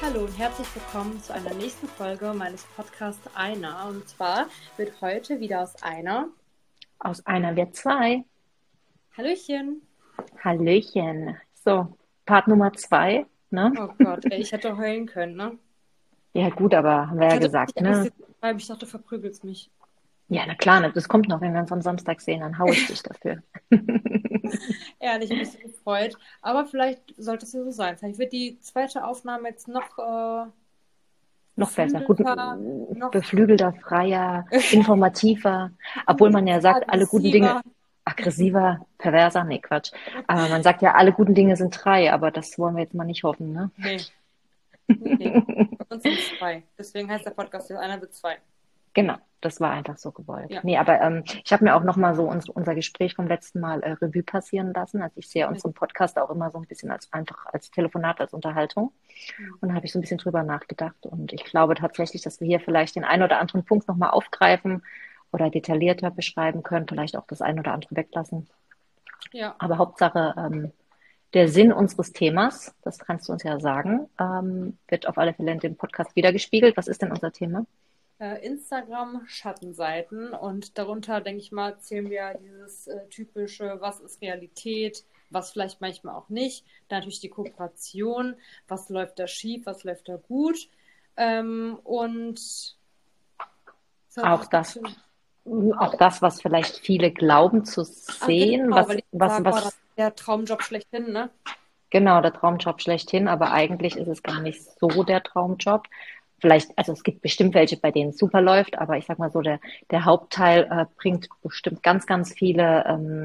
Hallo und herzlich willkommen zu einer nächsten Folge meines Podcasts Einer. Und zwar wird heute wieder Aus einer wird zwei. Hallöchen. Hallöchen. So, Part Nummer 2, ne? Oh Gott, ey, ich hätte heulen können, ne? Ja gut, aber haben wir Ich ja hatte gesagt, richtig Angst, ne? dir zu schreiben. Ich dachte, du verprügelst mich. Ja, na klar, ne, das kommt noch, wenn wir uns am Samstag sehen, dann hau ich dich dafür. Ehrlich, ich habe mich so gefreut. Aber vielleicht sollte es ja so sein. Vielleicht wird die zweite Aufnahme jetzt noch Noch besser, gut, beflügelter, noch beflügelter, freier, informativer, obwohl man ja sagt, alle guten Dinge, aggressiver. aggressiver, perverser, nee, Quatsch. Aber man sagt ja, alle guten Dinge sind drei, aber das wollen wir jetzt mal nicht hoffen, ne? Nee, nee. Bei uns sind es zwei. Deswegen heißt der Podcast jetzt Einer wird zwei. Genau, das war einfach so gewollt. Ja. Nee, aber ich habe mir auch nochmal so unser Gespräch vom letzten Mal Revue passieren lassen. Also ich sehe unseren Podcast auch immer so ein bisschen als Telefonat, als Unterhaltung. Und da habe ich so ein bisschen drüber nachgedacht. Und ich glaube tatsächlich, dass wir hier vielleicht den einen oder anderen Punkt nochmal aufgreifen oder detaillierter beschreiben können, vielleicht auch das ein oder andere weglassen. Ja. Aber Hauptsache, der Sinn unseres Themas, das kannst du uns ja sagen, wird auf alle Fälle in dem Podcast wiedergespiegelt. Was ist denn unser Thema? Instagram-Schattenseiten und darunter, denke ich mal, zählen wir dieses typische, was ist Realität, was vielleicht manchmal auch nicht. Dann natürlich die Kooperation, was läuft da schief, was läuft da gut. Und so, Auch das, was vielleicht viele glauben zu sehen, genau, weil ich sage, oh, das ist der Traumjob schlechthin, ne? genau, der Traumjob schlechthin, aber eigentlich ist es gar nicht so der Traumjob. Vielleicht, also es gibt bestimmt welche, bei denen es super läuft, aber ich sag mal so, der Hauptteil bringt bestimmt ganz, ganz viele,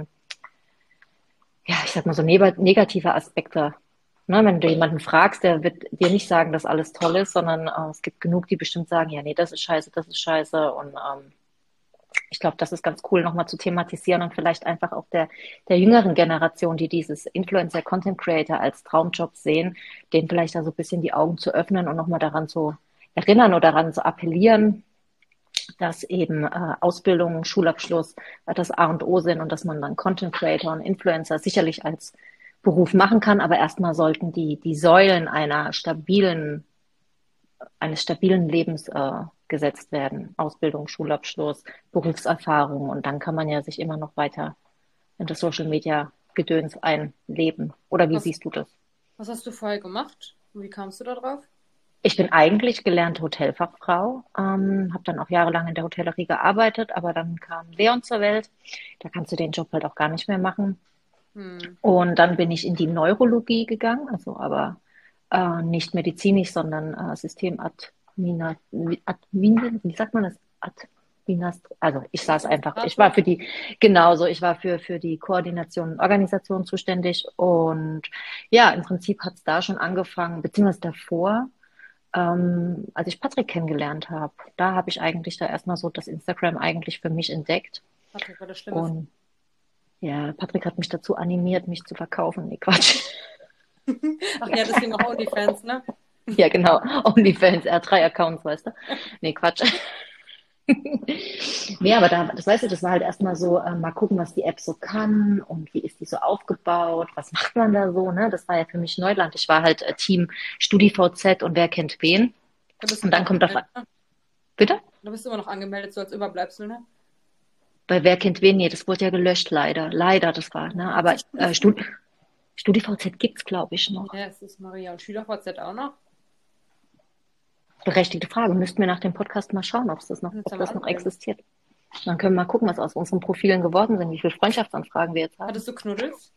ja, ich sag mal so negative Aspekte. Ne, wenn du jemanden fragst, der wird dir nicht sagen, dass alles toll ist, sondern es gibt genug, die bestimmt sagen, ja, nee, das ist scheiße. Und ich glaube, das ist ganz cool, nochmal zu thematisieren und vielleicht einfach auch der jüngeren Generation, die dieses Influencer Content Creator als Traumjob sehen, denen vielleicht da so ein bisschen die Augen zu öffnen und nochmal daran zu erinnern oder daran zu appellieren, dass eben Ausbildung, Schulabschluss das A und O sind und dass man dann Content Creator und Influencer sicherlich als Beruf machen kann, aber erstmal sollten die Säulen eines stabilen Lebens gesetzt werden. Ausbildung, Schulabschluss, Berufserfahrung und dann kann man ja sich immer noch weiter in das Social Media Gedöns einleben. Oder wie siehst du das? Was hast du vorher gemacht? Und wie kamst du da drauf? Ich bin eigentlich gelernte Hotelfachfrau, habe dann auch jahrelang in der Hotellerie gearbeitet, aber dann kam Leon zur Welt. Da kannst du den Job halt auch gar nicht mehr machen. Und dann bin ich in die Neurologie gegangen, also aber nicht medizinisch, sondern wie sagt man das? Also ich saß einfach, ich war für die, genauso, ich war für die Koordination und Organisation zuständig und ja, im Prinzip hat es da schon angefangen, beziehungsweise davor, als ich Patrick kennengelernt habe, da habe ich eigentlich da erstmal so das Instagram eigentlich für mich entdeckt. Patrick war das Schlimme. Und ja, Patrick hat mich dazu animiert, mich zu verkaufen. Nee, Quatsch. Ach ja, deswegen auch OnlyFans, ne? Ja, genau. OnlyFans, er hat 3 Accounts, weißt du? Nee, Quatsch. Nee, aber das weißt du, das war halt erstmal so, mal gucken, was die App so kann und wie ist die so aufgebaut, was macht man da so, ne? Das war ja für mich Neuland. Ich war halt Team StudiVZ und wer kennt wen. Und dann kommt bitte? Da bist du immer noch angemeldet, so als Überbleibsel, ne? Bei wer kennt wen? Nee, das wurde ja gelöscht, leider. Leider, das war, ne? Aber StudiVZ gibt's, glaube ich, noch. Ja, es ist Maria. Und SchülerVZ auch noch? Berechtigte Frage. Müssten wir nach dem Podcast mal schauen, ob das noch existiert. Dann können wir mal gucken, was aus unseren Profilen geworden sind, wie viele Freundschaftsanfragen wir jetzt haben. Hattest du Knuddels?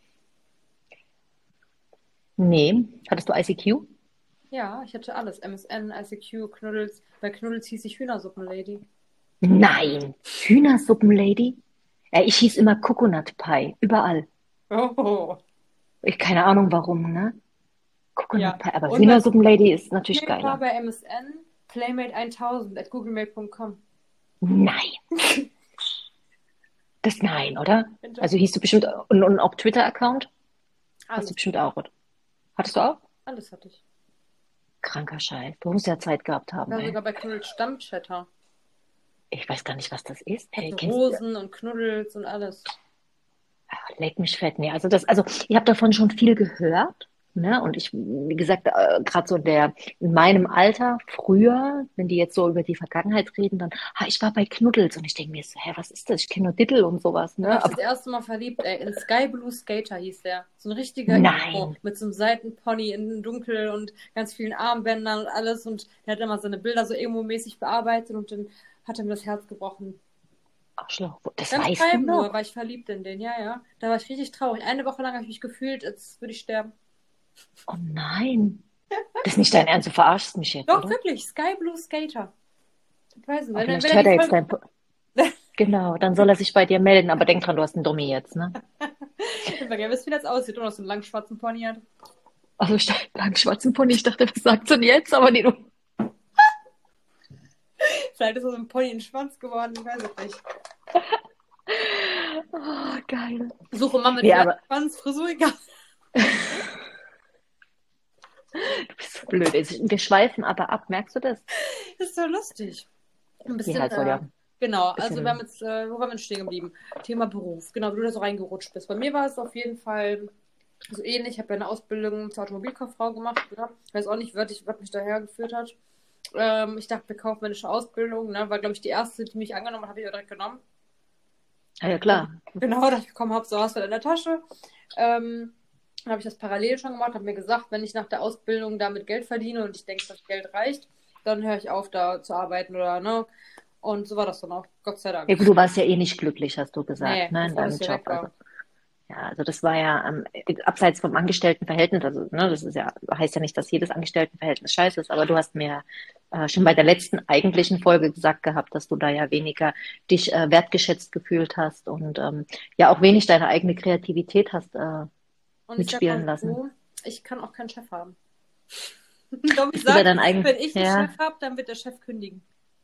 Nee. Hattest du ICQ? Ja, ich hatte alles. MSN, ICQ, Knuddels. Bei Knuddels hieß ich Hühnersuppenlady. Nein. Hühnersuppenlady? Ja, ich hieß immer Coconut Pie. Überall. Oh. Keine Ahnung warum, ne? Coconut Pie. Aber und Hühnersuppenlady ist natürlich geiler. geiler. Bei MSN playmate1000@googlemail.com. Nein. Das nein, oder? Also hieß du bestimmt und auch Twitter-Account? Hast du bestimmt auch, oder? Hattest du auch? Alles hatte ich. Kranker Scheiß. Du musst ja Zeit gehabt haben. Ich war sogar bei Knuddels Stammchatter. Ich weiß gar nicht, was das ist. Hey, Rosen und Knuddels und alles. Ach, leck mich fett. Nee, also ich habe davon schon viel gehört. Ne? Und ich, wie gesagt, gerade so in meinem Alter, früher, wenn die jetzt so über die Vergangenheit reden, dann, ich war bei Knuddels und ich denke mir so, hä, was ist das? Ich kenne nur Diddle und sowas, Da war ne? ich das Aber erste Mal verliebt, ey. In Sky Blue Skater hieß der. So ein richtiger Emo nein, mit so einem Seitenpony in Dunkel und ganz vielen Armbändern und alles. Und der hat immer seine Bilder so emo-mäßig bearbeitet und dann hat er mir das Herz gebrochen. Arschloch, das Ganz weißt du beim nur noch? war ich verliebt in den, ja, ja. Da war ich richtig traurig. Eine Woche lang habe ich mich gefühlt, als würde ich sterben. Oh nein. Das ist nicht dein Ernst, du verarschst mich jetzt, Doch, oder? wirklich, Sky Blue Skater. Ich weiß nicht, Aber wenn vielleicht er hört die er jetzt Folge. dein... Genau, dann soll er sich bei dir melden, aber denk dran, du hast einen Dummy jetzt, ne? Ich vergesse, wie das aussieht. Und noch so einen langen schwarzen Pony hat. Also ich dachte, einen schwarzen Pony, ich dachte, was sagt denn jetzt? Aber nee, du... Vielleicht ist er so ein Pony in den Schwanz geworden, ich weiß es nicht. Oh, geil. Suche mal mit Ja, aber Schwanz, Frisur, egal. du bist so blöd. Wir schweifen aber ab, merkst du das? Das ist doch lustig. Ein bisschen, Ja, es soll ja ein genau, also wir haben bisschen... jetzt, wo waren wir stehen geblieben? Thema Beruf, genau, wie du da so reingerutscht bist. Bei mir war es auf jeden Fall so ähnlich. Ich habe ja eine Ausbildung zur Automobilkauffrau gemacht. Ne? Ich weiß auch nicht, was mich daher geführt hat. Ich dachte, eine kaufmännische Ausbildung, ne? War, glaube ich, die erste, die mich angenommen hat, habe ich auch direkt genommen. Ja, klar. Genau, da ich gekommen habe, so hast du in der Tasche. Dann habe ich das parallel schon gemacht, habe mir gesagt, wenn ich nach der Ausbildung damit Geld verdiene und ich denke, das Geld reicht, dann höre ich auf, da zu arbeiten oder, ne? Und so war das dann auch, Gott sei Ja, Dank. gut, du warst ja eh nicht glücklich, hast du Nee, gesagt, ne, in bevor das deinem hier Job. weg Also, war. ja, also das war ja abseits vom Angestelltenverhältnis, also, ne, das ist ja, heißt ja nicht, dass jedes Angestelltenverhältnis scheiße ist, aber du hast mir schon bei der letzten eigentlichen Folge gesagt gehabt, dass du da ja weniger dich wertgeschätzt gefühlt hast und ja auch wenig deine eigene Kreativität hast Und ich sag mitspielen mal lassen. so, ich kann auch keinen Chef haben. Domi Bist du da sagt, dann eigentlich, wenn ich einen ja, Chef habe, dann wird der Chef kündigen.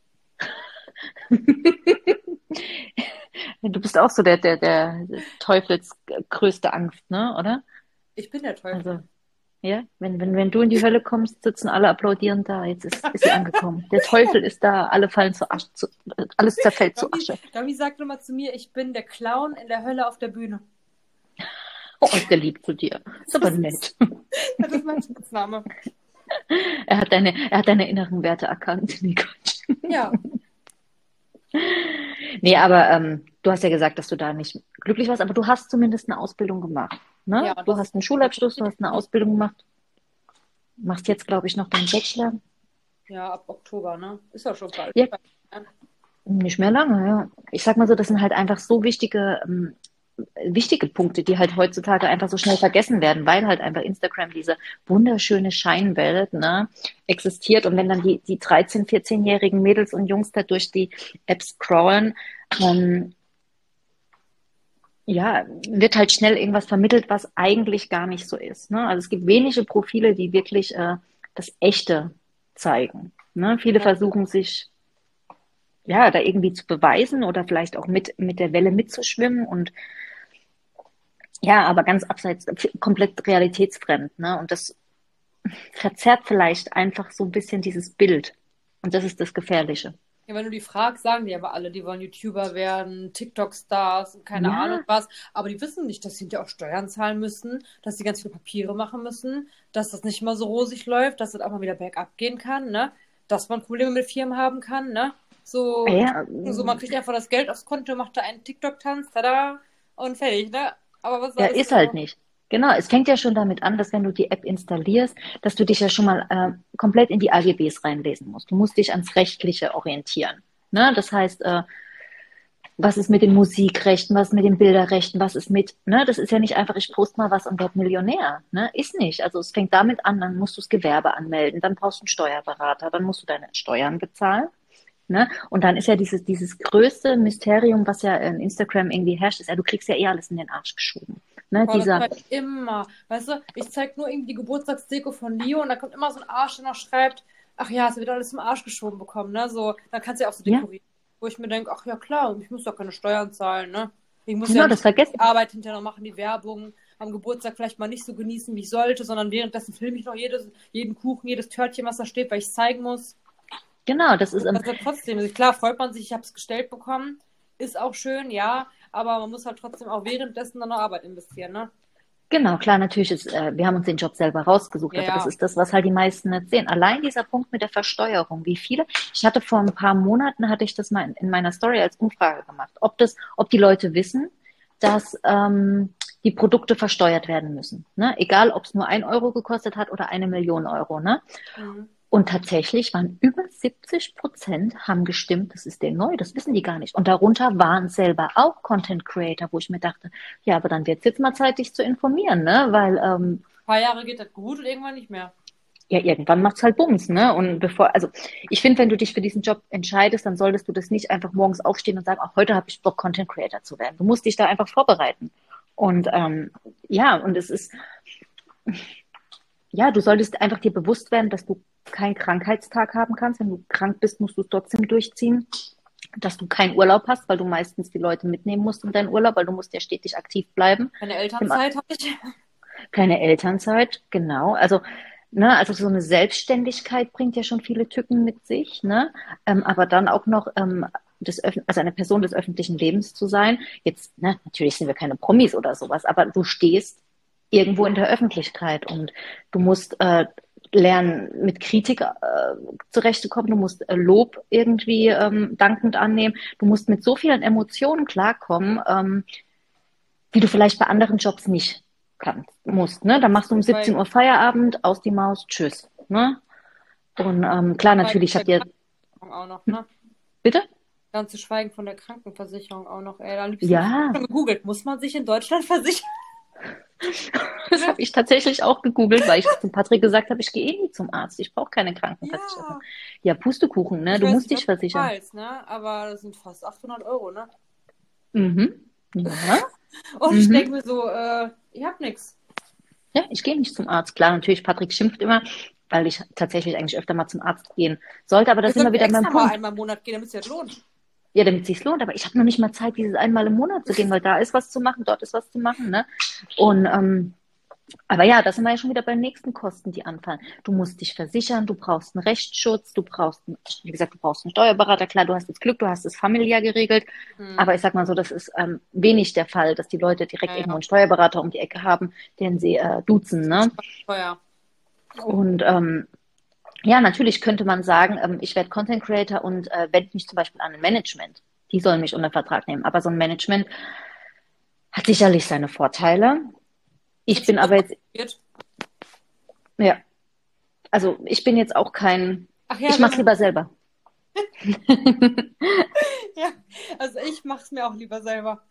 du bist auch so der Teufels größte Angst, ne, oder? Ich bin der Teufel. Also, ja, wenn du in die Hölle kommst, sitzen alle applaudierend da. Jetzt ist sie angekommen. Der Teufel ist da, alle fallen zu Asche, alles zerfällt zu Asche. Domi sagt immer zu mir, ich bin der Clown in der Hölle auf der Bühne. Oh, ist der lieb zu dir. Ist aber nett. Das ist mein Spitzname. Er hat deine inneren Werte erkannt. Nee, Quatsch. Ja, Nee, aber du hast ja gesagt, dass du da nicht glücklich warst, aber du hast zumindest eine Ausbildung gemacht. Ne? ja, Du das hast einen das Schulabschluss, du ist hast eine Ausbildung gemacht. Machst jetzt, glaube ich, noch deinen Bachelor. ja ab Oktober, ne? Ist ja schon bald. Ja, nicht mehr lange, ja. Ich sag mal so, das sind halt einfach so wichtige Punkte, die halt heutzutage einfach so schnell vergessen werden, weil halt einfach Instagram diese wunderschöne Scheinwelt, ne, existiert. Und wenn dann die 13-, 14-jährigen Mädels und Jungs da durch die Apps scrollen, ja, wird halt schnell irgendwas vermittelt, was eigentlich gar nicht so ist. Ne? Also es gibt wenige Profile, die wirklich das Echte zeigen. Ne? Viele Ja. versuchen sich ja da irgendwie zu beweisen oder vielleicht auch mit der Welle mitzuschwimmen und ja, aber ganz abseits, komplett realitätsfremd, ne? Und das verzerrt vielleicht einfach so ein bisschen dieses Bild. Und das ist das Gefährliche. Ja, wenn du die fragst, sagen die aber alle, die wollen YouTuber werden, TikTok-Stars und keine Ahnung Ja, was. Aber die wissen nicht, dass sie hinterher auch Steuern zahlen müssen, dass sie ganz viele Papiere machen müssen, dass das nicht immer so rosig läuft, dass das auch mal wieder bergab gehen kann, ne? Dass man Probleme mit Firmen haben kann, ne? So, ja, so man kriegt einfach das Geld aufs Konto, macht da einen TikTok-Tanz, tada, und fertig, ne? Aber was ja, alles ist so. halt nicht. Genau, es fängt ja schon damit an, dass wenn du die App installierst, dass du dich ja schon mal komplett in die AGBs reinlesen musst. Du musst dich ans Rechtliche orientieren. Ne? Das heißt, was ist mit den Musikrechten, was ist mit den Bilderrechten, was ist mit, ne? Das ist ja nicht einfach, ich poste mal was und werde Millionär. Ne? Ist nicht. Also es fängt damit an, dann musst du das Gewerbe anmelden, dann brauchst du einen Steuerberater, dann musst du deine Steuern bezahlen. Ne? Und dann ist ja dieses größte Mysterium, was ja in Instagram irgendwie herrscht, ist ja, du kriegst ja eh alles in den Arsch geschoben. Ne? Boah, das höre ich immer. Weißt du, ich zeige nur irgendwie die Geburtstagsdeko von Leo und da kommt immer so ein Arsch, der noch schreibt, ach ja, es wird alles im Arsch geschoben bekommen, ne? So, dann kannst du ja auch so ja, dekorieren. Wo ich mir denke, ach ja klar, ich muss doch keine Steuern zahlen, ne? Ich muss ja genau, nicht das die vergessen. Arbeit hinterher noch machen, die Werbung am Geburtstag vielleicht mal nicht so genießen, wie ich sollte, sondern währenddessen filme ich noch jeden Kuchen, jedes Törtchen, was da steht, weil ich es zeigen muss. Genau, das ist Also trotzdem, also klar, freut man sich, ich habe es gestellt bekommen, ist auch schön, ja, aber man muss halt trotzdem auch währenddessen dann noch Arbeit investieren, ne? Genau, klar, natürlich ist, wir haben uns den Job selber rausgesucht, Ja, aber das ja. ist das, was halt die meisten nicht sehen. Allein dieser Punkt mit der Versteuerung, wie viele, ich hatte vor ein paar Monaten, hatte ich das mal in meiner Story als Umfrage gemacht, ob die Leute wissen, dass die Produkte versteuert werden müssen. Ne? Egal, ob es nur 1 Euro gekostet hat oder 1 Million Euro. Ne? Mhm. Und tatsächlich waren über 70% haben gestimmt, das ist denen neu, das wissen die gar nicht. Und darunter waren selber auch Content Creator, wo ich mir dachte, ja, aber dann wird es jetzt mal Zeit, dich zu informieren, ne? Weil Ein paar Jahre geht das gut und irgendwann nicht mehr. ja, irgendwann macht's halt Bums, ne? Und also ich finde, wenn du dich für diesen Job entscheidest, dann solltest du das nicht einfach morgens aufstehen und sagen, ach, heute habe ich Bock, Content Creator zu werden. Du musst dich da einfach vorbereiten. Und ja, und es ist, ja, du solltest einfach dir bewusst werden, dass du keinen Krankheitstag haben kannst. Wenn du krank bist, musst du es trotzdem durchziehen. Dass du keinen Urlaub hast, weil du meistens die Leute mitnehmen musst in deinen Urlaub, weil du musst ja stetig aktiv bleiben. Meine Elternzeit habe ich. Keine Elternzeit, genau. Also, ne, also so eine Selbstständigkeit bringt ja schon viele Tücken mit sich, ne? Aber dann auch noch also eine Person des öffentlichen Lebens zu sein. Jetzt, ne, natürlich sind wir keine Promis oder sowas, aber du stehst irgendwo in der Öffentlichkeit und du musst lernen, mit Kritik zurechtzukommen, du musst Lob irgendwie dankend annehmen, du musst mit so vielen Emotionen klarkommen, die du vielleicht bei anderen Jobs nicht musst. Ne? Dann machst du um 17 Uhr Feierabend, aus die Maus, tschüss. Ne? Und klar, natürlich habt ihr. Auch noch, ne? Bitte? Ganz zu schweigen von der Krankenversicherung auch noch. Ey, da liebsten Ja, schon gegoogelt. Muss man sich in Deutschland versichern? das habe ich tatsächlich auch gegoogelt, weil ich zum Patrick gesagt habe, ich gehe eh nie zum Arzt, ich brauche keine Krankenversicherung. Ja. Ja, Pustekuchen, ne? Ich Du weiß musst nicht, dich was du versichern. zahlst, ne? Aber das sind fast 800 Euro, ne? Mhm. Ja. Und ich denke Mhm. mir so, ich hab nix. Ja, ich gehe nicht zum Arzt. Klar, natürlich, Patrick schimpft immer, weil ich tatsächlich eigentlich öfter mal zum Arzt gehen sollte, aber da Wir sind wir könnten wieder beim extra mal Punkt. einmal im Monat gehen, damit es sich das lohnt. Ja, damit es sich lohnt, aber ich habe noch nicht mal Zeit, dieses einmal im Monat zu gehen, weil da ist was zu machen, dort ist was zu machen, ne? Und aber ja, da sind wir ja schon wieder bei den nächsten Kosten, die anfallen. Du musst dich versichern, du brauchst einen Rechtsschutz, wie gesagt, du brauchst einen Steuerberater. Klar, du hast das Glück, du hast es familiär geregelt. Aber Hm. ich sag mal so, das ist wenig der Fall, dass die Leute direkt Ja, irgendwo ja. einen Steuerberater um die Ecke haben, den sie duzen, Das ne? ist teuer. Und ja, natürlich könnte man sagen, ich werde Content Creator und wende mich zum Beispiel an ein Management. Die sollen mich unter Vertrag nehmen. Aber so ein Management hat sicherlich seine Vorteile. Ich Ich habe schon bin oft aber jetzt, ausprobiert. ja, also ich bin jetzt auch kein, Ach ja, ich mache es genau. lieber selber. Ja, also ich mache es mir auch lieber selber.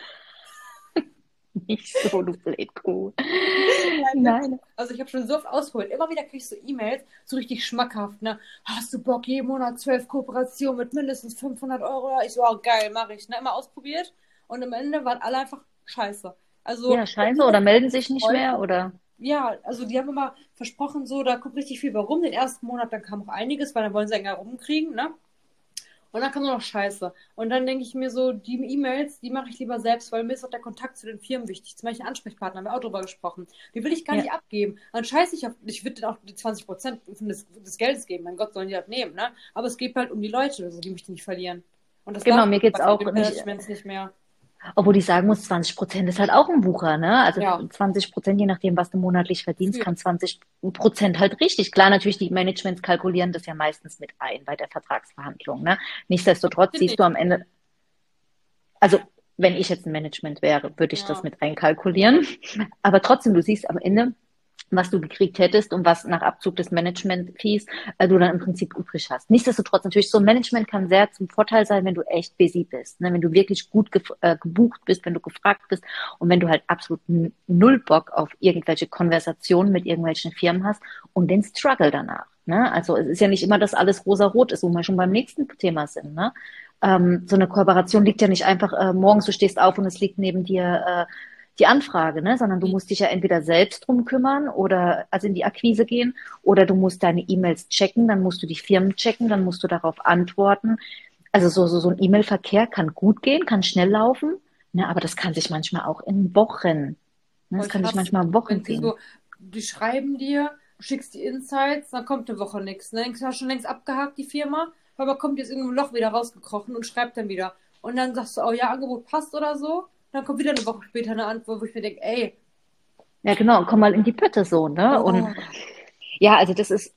Nicht so, du Blödkuh. Nein, wirklich. Nein. Also ich habe schon so oft ausgeholt. Immer wieder kriege ich so E-Mails, so richtig schmackhaft, ne? Hast du Bock, jeden Monat 12 Kooperationen mit mindestens 500 Euro? Ich so, oh, geil, mache ich. Ne? Immer ausprobiert. Und am Ende waren alle einfach scheiße. Also, Ja, scheiße, oder melden sich nicht mehr, oder? ja, also die haben immer versprochen, so, da kommt richtig viel warum. Den ersten Monat, dann kam auch einiges, weil dann wollen sie einen rumkriegen, ne? Und dann kam nur noch Scheiße. Und dann denke ich mir so, die E-Mails, die mache ich lieber selbst, weil mir ist auch der Kontakt zu den Firmen wichtig. Zum Beispiel Ansprechpartner, haben wir auch drüber gesprochen. Die will ich gar Ja. nicht abgeben. Dann scheiße ich auf, ich würde auch die 20% des Geldes geben. Mein Gott, sollen die das nehmen, ne? Aber es geht halt um die Leute, also die möchte ich nicht verlieren. Und das Genau, darf mir ich geht's bei auch den nicht, Managements nicht mehr. obwohl ich sagen muss, 20% ist halt auch ein Wucher, ne? Also Ja, 20%, je nachdem, was du monatlich verdienst, für. kann 20% halt richtig. Klar, natürlich, die Managements kalkulieren das ja meistens mit ein bei der Vertragsverhandlung, ne? Nichtsdestotrotz Finde siehst ich. du am Ende, also wenn ich jetzt ein Management wäre, würde ich das Ja. mit einkalkulieren. Aber trotzdem, du siehst am Ende, was du gekriegt hättest und was nach Abzug des Management-Fees du dann im Prinzip übrig hast. Nichtsdestotrotz, natürlich, so ein Management kann sehr zum Vorteil sein, wenn du echt busy bist, ne? Wenn du wirklich gut gebucht bist, wenn du gefragt bist und wenn du halt absolut null Bock auf irgendwelche Konversationen mit irgendwelchen Firmen hast und den Struggle danach. Ne? Also es ist ja nicht immer, dass alles rosa-rot ist, wo wir schon beim nächsten Thema sind. Ne? So eine Kooperation liegt ja nicht einfach morgens, du stehst auf und es liegt neben dir die Anfrage, ne? Sondern du musst dich ja entweder selbst drum kümmern oder also in die Akquise gehen oder du musst deine E-Mails checken, dann musst du die Firmen checken, dann musst du darauf antworten. Also so ein E-Mail-Verkehr kann gut gehen, kann schnell laufen, ne? Aber das kann sich manchmal auch in Wochen, ne? Oh, Das ich kann sich hasse, manchmal Wochen wenn die ziehen. so, die schreiben dir, du schickst die Insights, dann kommt eine Woche nichts. Ne? Denkst du, hast schon längst abgehakt, die Firma, aber kommt jetzt irgendein Loch wieder rausgekrochen und schreibt dann wieder. Und dann sagst du, oh ja, Angebot passt oder so. Dann kommt wieder eine Woche später eine Antwort, wo ich mir denke, ey, Ja, genau, komm mal in die Pötte so, ne? Und Oh, ja, also das ist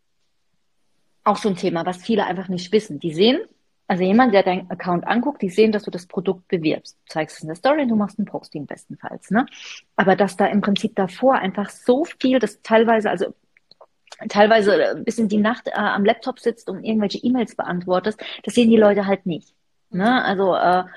auch so ein Thema, was viele einfach nicht wissen. Die sehen, also jemand, der deinen Account anguckt, die sehen, dass du das Produkt bewirbst. Du zeigst es in der Story und du machst ein Posting bestenfalls, ne? Aber dass da im Prinzip davor einfach so viel, das teilweise bis in die Nacht am Laptop sitzt und irgendwelche E-Mails beantwortest, das sehen die Leute halt nicht. Ne? nee. Also,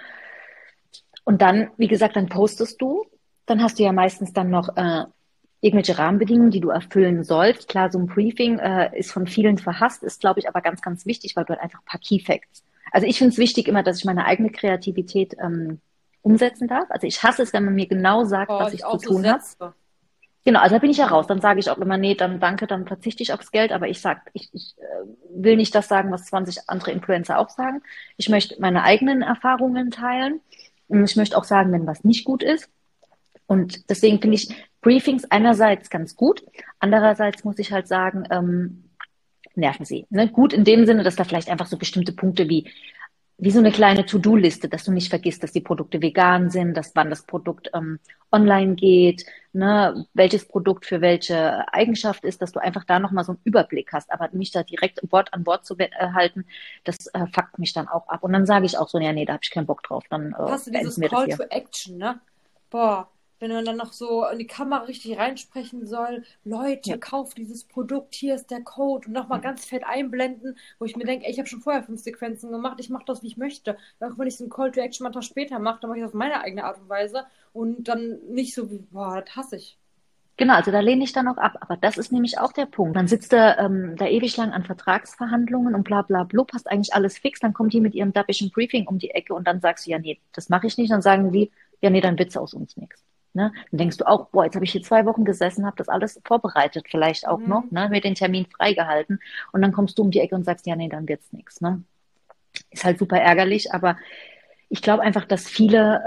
und dann, wie gesagt, dann postest du, dann hast du ja meistens dann noch irgendwelche Rahmenbedingungen, die du erfüllen sollst. Klar, so ein Briefing ist von vielen verhasst, ist, glaube ich, aber ganz, ganz wichtig, weil du halt einfach ein paar Key Facts. Also ich finde es wichtig immer, dass ich meine eigene Kreativität umsetzen darf. Also ich hasse es, wenn man mir genau sagt, Oh, was ich ich zu auch so tun habe. Sätze. Genau, also da bin ich ja raus. Oh. Dann sage ich auch immer, nee, dann danke, dann verzichte ich aufs Geld. Aber ich will nicht das sagen, was 20 andere Influencer auch sagen. Ich möchte meine eigenen Erfahrungen teilen. Und ich möchte auch sagen, wenn was nicht gut ist. Und deswegen finde ich Briefings einerseits ganz gut. Andererseits muss ich halt sagen, nerven sie. Ne? Gut in dem Sinne, dass da vielleicht einfach so bestimmte Punkte wie so eine kleine To-Do-Liste, dass du nicht vergisst, dass die Produkte vegan sind, dass wann das Produkt online geht, ne, welches Produkt für welche Eigenschaft ist, dass du einfach da nochmal so einen Überblick hast, aber mich da direkt Wort an Wort zu halten, das fuckt mich dann auch ab. Und dann sage ich auch so, ja, nee, da habe ich keinen Bock drauf, dann Hast du beenden dieses wir das Call hier. to Action, ne? Boah, wenn man dann noch so in die Kamera richtig reinsprechen soll, Ja. Leute, kauft dieses Produkt, hier ist der Code und nochmal ganz fett einblenden, wo ich mir denke, ey, ich habe schon vorher 5 Sequenzen gemacht, ich mache das, wie ich möchte. Auch wenn ich so einen Call to Action mal einen Tag später mache, dann mache ich das auf meine eigene Art und Weise und dann nicht so wie, boah, das hasse ich. Genau, also da lehne ich dann auch ab. Aber das ist nämlich auch der Punkt. Dann sitzt er da ewig lang an Vertragsverhandlungen und bla bla blub, hast eigentlich alles fix. Dann kommt die mit ihrem dappischen Briefing um die Ecke und dann sagst du, ja, nee, das mache ich nicht. Dann sagen die, ja, nee, dann wird's aus uns nichts. Ne? Dann denkst du auch, boah, jetzt habe ich hier 2 Wochen gesessen, habe das alles vorbereitet, vielleicht auch noch, Mhm. ne, mir den Termin freigehalten. Und dann kommst du um die Ecke und sagst, ja, nee, dann wird's nichts. Ne? Ist halt super ärgerlich, aber ich glaube einfach, dass viele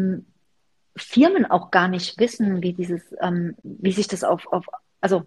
Firmen auch gar nicht wissen, wie sich das also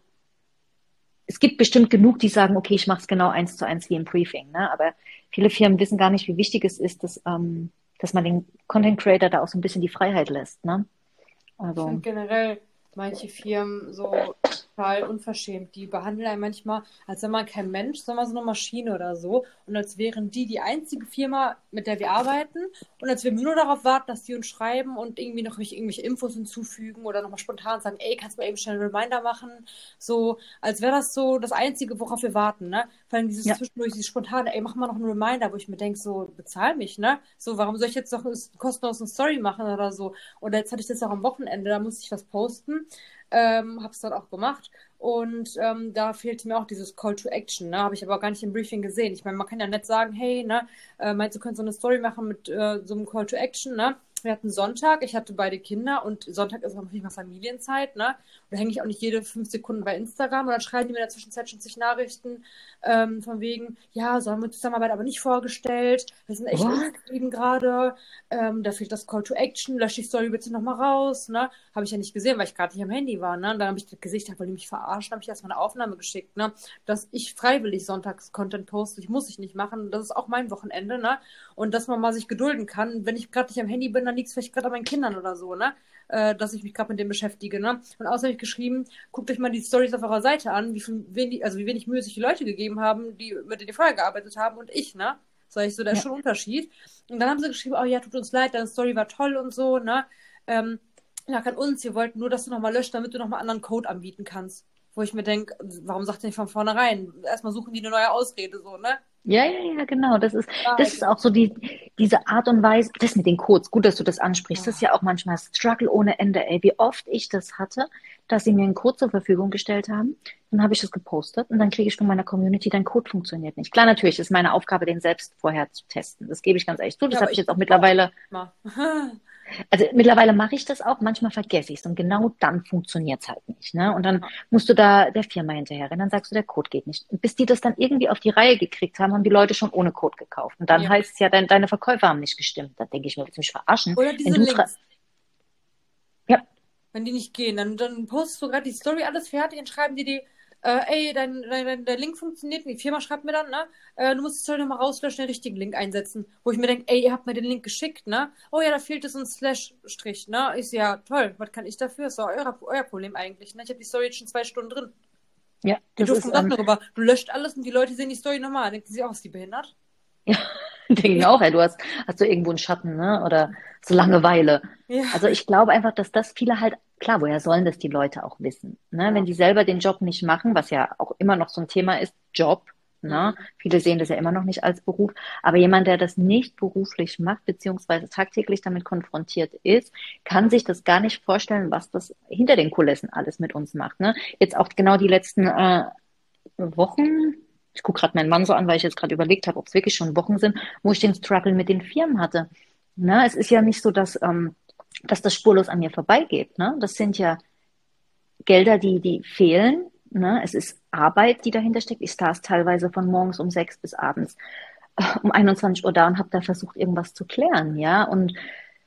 es gibt bestimmt genug, die sagen, okay, ich mache es genau 1:1 wie im Briefing, ne? Aber viele Firmen wissen gar nicht, wie wichtig es ist, dass man den Content Creator da auch so ein bisschen die Freiheit lässt, ne? Ich finde Also, generell manche Firmen so total unverschämt. Die behandeln einen manchmal, als wenn man kein Mensch, sondern so eine Maschine oder so. Und als wären die die einzige Firma, mit der wir arbeiten. Und als würden wir nur darauf warten, dass die uns schreiben und irgendwie noch irgendwelche Infos hinzufügen oder nochmal spontan sagen, ey, kannst du mal eben schnell einen Reminder machen? So, als wäre das so das Einzige, worauf wir warten, ne? Vor allem dieses ja, zwischendurch, dieses spontane, ey, mach mal noch einen Reminder, wo ich mir denke, so, bezahl mich, ne? So, warum soll ich jetzt noch eine kostenlose Story machen oder so? Oder jetzt hatte ich das auch am Wochenende, da musste ich was posten. Habe es dann auch gemacht. Und da fehlte mir auch dieses Call to Action. Ne? Habe ich aber gar nicht im Briefing gesehen. Ich meine, man kann ja nicht sagen, hey, ne, meinst du, könntest so eine Story machen mit so einem Call to Action, ne? Wir hatten Sonntag, ich hatte beide Kinder und Sonntag ist auch natürlich mal Familienzeit, ne? Da hänge ich auch nicht jede 5 Sekunden bei Instagram und dann schreiben die mir in der Zwischenzeit schon zig Nachrichten von wegen, ja, so haben wir Zusammenarbeit aber nicht vorgestellt. Wir sind echt what? unzufrieden gerade. Da fehlt das Call to Action, lösch die Story bitte nochmal raus, ne? Habe ich ja nicht gesehen, weil ich gerade nicht am Handy war, ne? Und dann habe ich das Gesicht, weil die mich verarschen, habe ich erstmal eine Aufnahme geschickt, ne? Dass ich freiwillig Sonntags-Content poste, muss ich nicht machen. Das ist auch mein Wochenende, ne? Und dass man mal sich gedulden kann. Wenn ich gerade nicht am Handy bin, dann liegt es vielleicht gerade an meinen Kindern oder so, ne? Dass ich mich gerade mit dem beschäftige, ne? Und außerdem habe ich geschrieben, guckt euch mal die Stories auf eurer Seite an, wie wenig Mühe sich die Leute gegeben haben, mit denen die vorher gearbeitet haben und ich, ne? Sag ich so, da ist Ja. schon ein Unterschied. Und dann haben sie geschrieben, oh ja, tut uns leid, deine Story war toll und so, ne? Lag an uns, wir wollten nur, dass du nochmal löscht, damit du nochmal anderen Code anbieten kannst. Wo ich mir denke, warum sagt ihr nicht von vornherein? Erstmal suchen die eine neue Ausrede, so, ne? Ja, ja, ja, genau. Das Wahrheit. ist auch so diese Art und Weise, das mit den Codes, gut, dass du das ansprichst, das ist Oh, ja auch manchmal Struggle ohne Ende, ey. Wie oft ich das hatte, dass sie mir einen Code zur Verfügung gestellt haben, dann habe ich das gepostet und dann kriege ich von meiner Community, dein Code funktioniert nicht. Klar, natürlich ist meine Aufgabe, den selbst vorher zu testen. Das gebe ich ganz ehrlich zu. ja, Das aber habe ich ich jetzt auch auch mittlerweile. mal. Also mittlerweile mache ich das auch, manchmal vergesse ich es und genau dann funktioniert's halt nicht. Ne? Und dann Ja, musst du da der Firma hinterherrennen, dann sagst du, der Code geht nicht. Und bis die das dann irgendwie auf die Reihe gekriegt haben, haben die Leute schon ohne Code gekauft. Und dann ja. heißt es ja, deine Verkäufer haben nicht gestimmt. Da denke ich mir, willst du mich verarschen? Oder Wenn diese du Links. ja, Wenn die nicht gehen, dann postest du gerade die Story alles fertig und schreiben die, ey, dein Link funktioniert nicht. Die Firma schreibt mir dann, ne? Du musst es halt nochmal rauslöschen, den richtigen Link einsetzen. Wo ich mir denke, ey, ihr habt mir den Link geschickt, ne? Oh ja, da fehlt es ein Slash-Strich, ne? Ich so, ja, toll, was kann ich dafür? Ist doch euer Problem eigentlich, ne? Ich habe die Story jetzt schon 2 Stunden drin. Ja, Die das durften ist, das darüber. Du löscht alles und die Leute sehen die Story nochmal. Denken sie auch, ist die behindert? ja, denke ich auch, ey, hast du irgendwo einen Schatten, ne? Oder so Langeweile. Ja. Also ich glaube einfach, dass das viele halt, klar, woher sollen das die Leute auch wissen? Ne? Ja. Wenn die selber den Job nicht machen, was ja auch immer noch so ein Thema ist, Job, ne? Viele sehen das ja immer noch nicht als Beruf, aber jemand, der das nicht beruflich macht, beziehungsweise tagtäglich damit konfrontiert ist, kann sich das gar nicht vorstellen, was das hinter den Kulissen alles mit uns macht. Ne? Jetzt auch genau die letzten Wochen, ich gucke gerade meinen Mann so an, weil ich jetzt gerade überlegt habe, ob es wirklich schon Wochen sind, wo ich den Struggle mit den Firmen hatte. Ne? Es ist ja nicht so, dass das spurlos an mir vorbeigeht. Ne? Das sind ja Gelder, die fehlen. Ne? Es ist Arbeit, die dahinter steckt. Ich saß teilweise von morgens um 6 bis abends um 21 Uhr da und habe da versucht, irgendwas zu klären. Ja, und